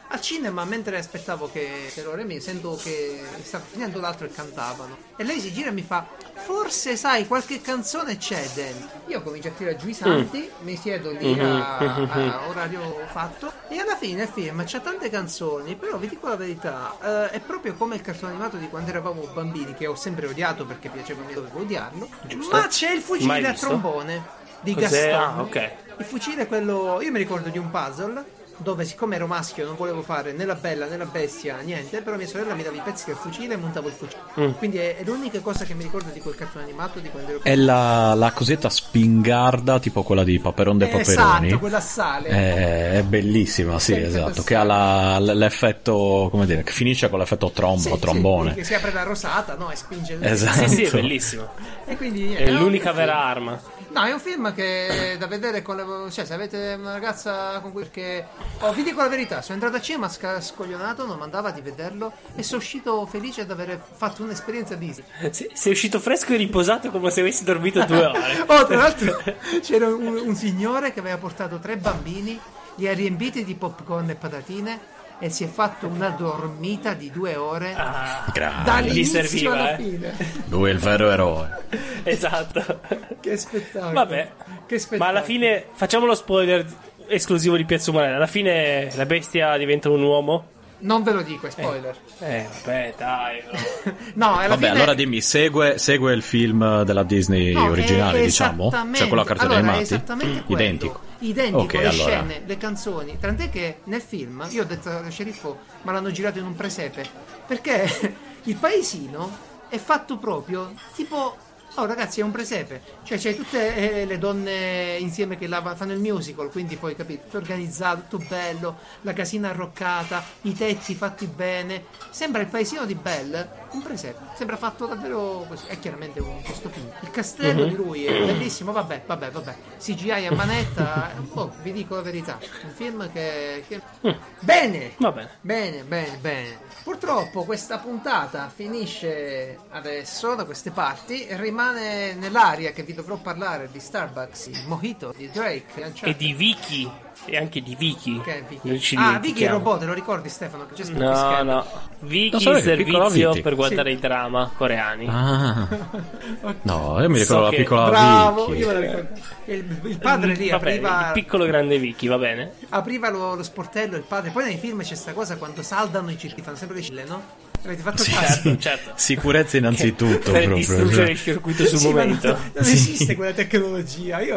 Al cinema, mentre aspettavo che l'ore mi sento che stava finendo l'altro e cantavano. E lei si gira e mi fa: forse sai, qualche canzone c'è dentro. Io comincio a tirare giù i santi, mm. mi siedo lì a, a orario fatto. E alla fine il film c'ha tante canzoni. Però vi dico la verità, eh, è proprio come il cartone animato di quando eravamo bambini, che ho sempre odiato perché piaceva a me, dovevo odiarlo. Giusto. Ma c'è il fucile a trombone di Cos'è? Gaston. Ah, ok. Il fucile è quello. Io mi ricordo di un puzzle dove, siccome ero maschio, non volevo fare né la bella né la bestia, niente, però mia sorella mi dava i pezzi del fucile e montavo il fucile. Mm. Quindi è, è l'unica cosa che mi ricordo di quel cartone animato di quando ero piccolo. È la, la cosiddetta spingarda, tipo quella di Paperon de Paperoni. Esatto, quella a sale. È, è bellissima, sì, Sempre esatto. Che ha la, l'effetto, come dire, che finisce con l'effetto trombo, sì, trombone. Sì, che si apre la rosata, no? E spinge. Esatto. Sì, sì, è bellissimo. E quindi, è l'unica vera arma. No, è un film che da vedere con le... Cioè, se avete una ragazza con cui... Perché... Oh, vi dico la verità, sono entrato a cinema scoglionato, non mandava di vederlo e sono uscito felice di aver fatto un'esperienza Disney. Sì, sei uscito fresco e riposato come se avessi dormito due ore. Oh, tra l'altro c'era un, un signore che aveva portato tre bambini, li ha riempiti di popcorn e patatine e si è fatto una dormita di due ore ah, dall'inizio serviva, alla eh. fine. Lui è il vero eroe. Esatto. Che spettacolo. Vabbè, che spettacolo. Ma alla fine facciamo lo spoiler esclusivo di Piazza Umarella. Alla fine la bestia diventa un uomo. Non ve lo dico, è spoiler. Eh, eh vabbè, dai. No, no alla vabbè, fine... allora dimmi, segue, segue il film della Disney no, originale, diciamo? Cioè quello a cartoni allora, animati? Esattamente quello. Identico. Identico, okay, le allora. scene, le canzoni. Tant'è che nel film, io ho detto al sceriffo, ma l'hanno girato in un presepe. Perché il paesino è fatto proprio tipo... Oh ragazzi, è un presepe, cioè c'hai tutte eh, le donne insieme che lavano, fanno il musical, quindi poi capito, tutto organizzato, tutto bello, la casina arroccata, i tetti fatti bene, sembra il paesino di Belle, un presepe, sembra fatto davvero così, è chiaramente un posto finto. Il castello mm-hmm. di lui è bellissimo, vabbè, vabbè, vabbè, C G I a manetta, oh, vi dico la verità, un film che... che... Mm. Bene, Va bene, bene, bene, bene. Purtroppo questa puntata finisce adesso da queste parti e rimane nell'aria che vi dovrò parlare di Starbucks, di Mojito, di Drake e di Vicky e anche di Vicky. Che è Vicky? Ah, Vicky il robot, te lo ricordi Stefano? Che c'è scritto no, schermo. no. Vicky il servizio per guardare sì. i drama coreani. Ah. No, io mi ricordo so la piccola bravo, Vicky. Io me la ricordo. Il, il padre lì Vabbè, apriva il piccolo grande Vicky, va bene. Apriva lo, lo sportello il padre. Poi nei film c'è sta cosa quando saldano i circuiti, fanno sempre le cille, no? Avete fatto sì, caso? Certo, certo. Sicurezza innanzitutto per proprio, distruggere cioè. il circuito sul sì, momento. Non, non sì. esiste quella tecnologia. Io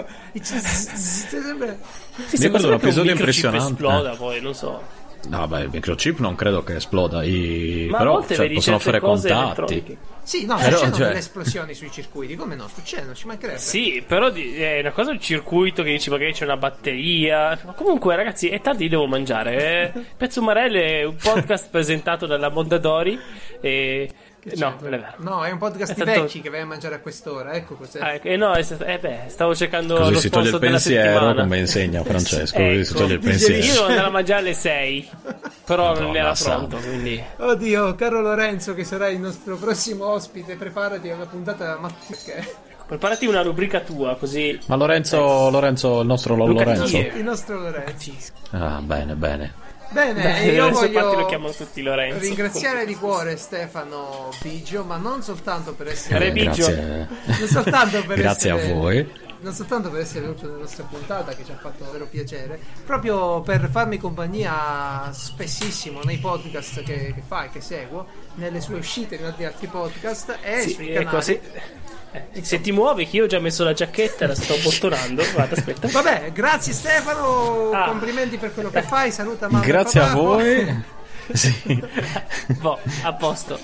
sempre... Mi ricordo un episodio impressionante. Esploda poi, non so. No, beh, il microchip non credo che esploda. I... Ma però a volte cioè, vedi possono fare contatti. elettroniche. Sì, no, però, succedono cioè... delle esplosioni sui circuiti, come no? Succedono, ci mancherebbe. Sì, però è una cosa il circuito che dici magari c'è una batteria. Ma comunque, ragazzi, è tardi, devo mangiare. Eh? Pezzo Umarelle è un podcast presentato dalla Mondadori e... No, non è vero. No, è un podcast è di stato... vecchi che vai a mangiare a quest'ora. Ecco cos'è. Ah, eh, no, è stato... eh beh, stavo cercando così lo si toglie il pensiero, come insegna Francesco. ecco, così si toglie il pensiero. Io devo andare a mangiare alle sei, però no, non era pronto. Quindi... Oddio, caro Lorenzo, che sarai il nostro prossimo ospite, preparati a una puntata mattucca. Preparati una rubrica tua, così. Ma Lorenzo, Lorenzo, il nostro Luca Lorenzo. Il nostro Lorenzo. Ah, bene, bene. Bene, Beh, io voglio lo chiamano tutti Lorenzo. ringraziare di cuore Stefano Biggio, ma non soltanto per essere eh, grazie. non soltanto per grazie essere... a voi. Non soltanto per essere venuto nella nostra puntata, che ci ha fatto davvero piacere, proprio per farmi compagnia spessissimo nei podcast che, che fa e che seguo, nelle sue uscite in altri podcast e sì, sui ecco, canali. Se, eh, se ti muovi, che io ho già messo la giacchetta e la sto bottonando. Guarda, aspetta. Vabbè, grazie Stefano, ah. complimenti per quello che fai, saluta mamma grazie e papà. a voi. Sì. Boh, a posto.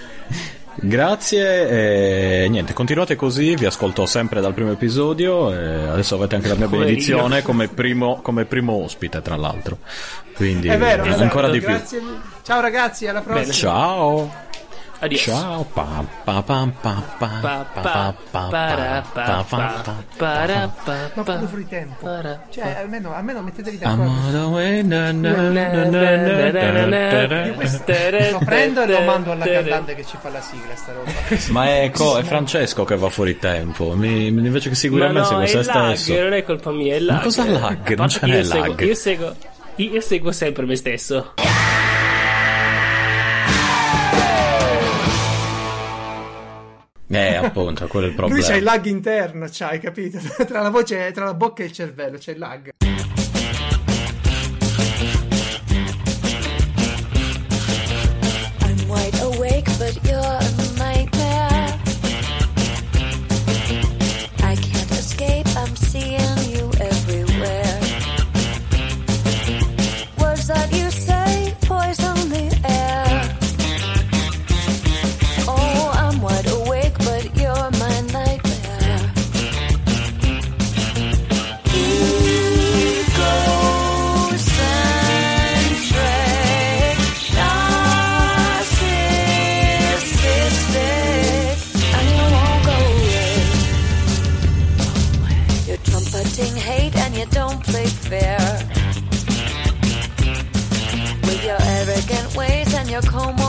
Grazie e niente, continuate così, vi ascolto sempre dal primo episodio e adesso avete anche la mia benedizione come primo, come primo ospite, tra l'altro, quindi è vero, ancora esatto, di grazie. più. Ciao ragazzi, alla prossima. Bene, ciao. Adios. Ciao. Pa pa pa pa pa pa pa pa pa pa pa. Ma proprio fuori tempo. Cioè, almeno, almeno mettetevi d'accordo. Lo prendo e lo mando alla cantante che ci fa la sigla, sta roba. Ma ecco, è Francesco che va fuori tempo. Mi, invece che seguire me, seguo se stesso. Non è colpa mia, è lag. Ma cosa lag? Non ce n'è lag. Io seguo. io seguo sempre me stesso. Eh, appunto, quello è il problema. Lui c'ha il lag interno, c'hai capito? Tra la voce, tra la bocca e il cervello c'è il lag. I'm wide awake, but you're a nightmare. I can't escape, I'm seeing you everywhere. Words that you say poison the air. Oh, I'm wide awake, but you're my nightmare. Egocentric, narcissistic, and you won't go away. You're trumpeting hate and you don't play fair. With your arrogant ways and your comb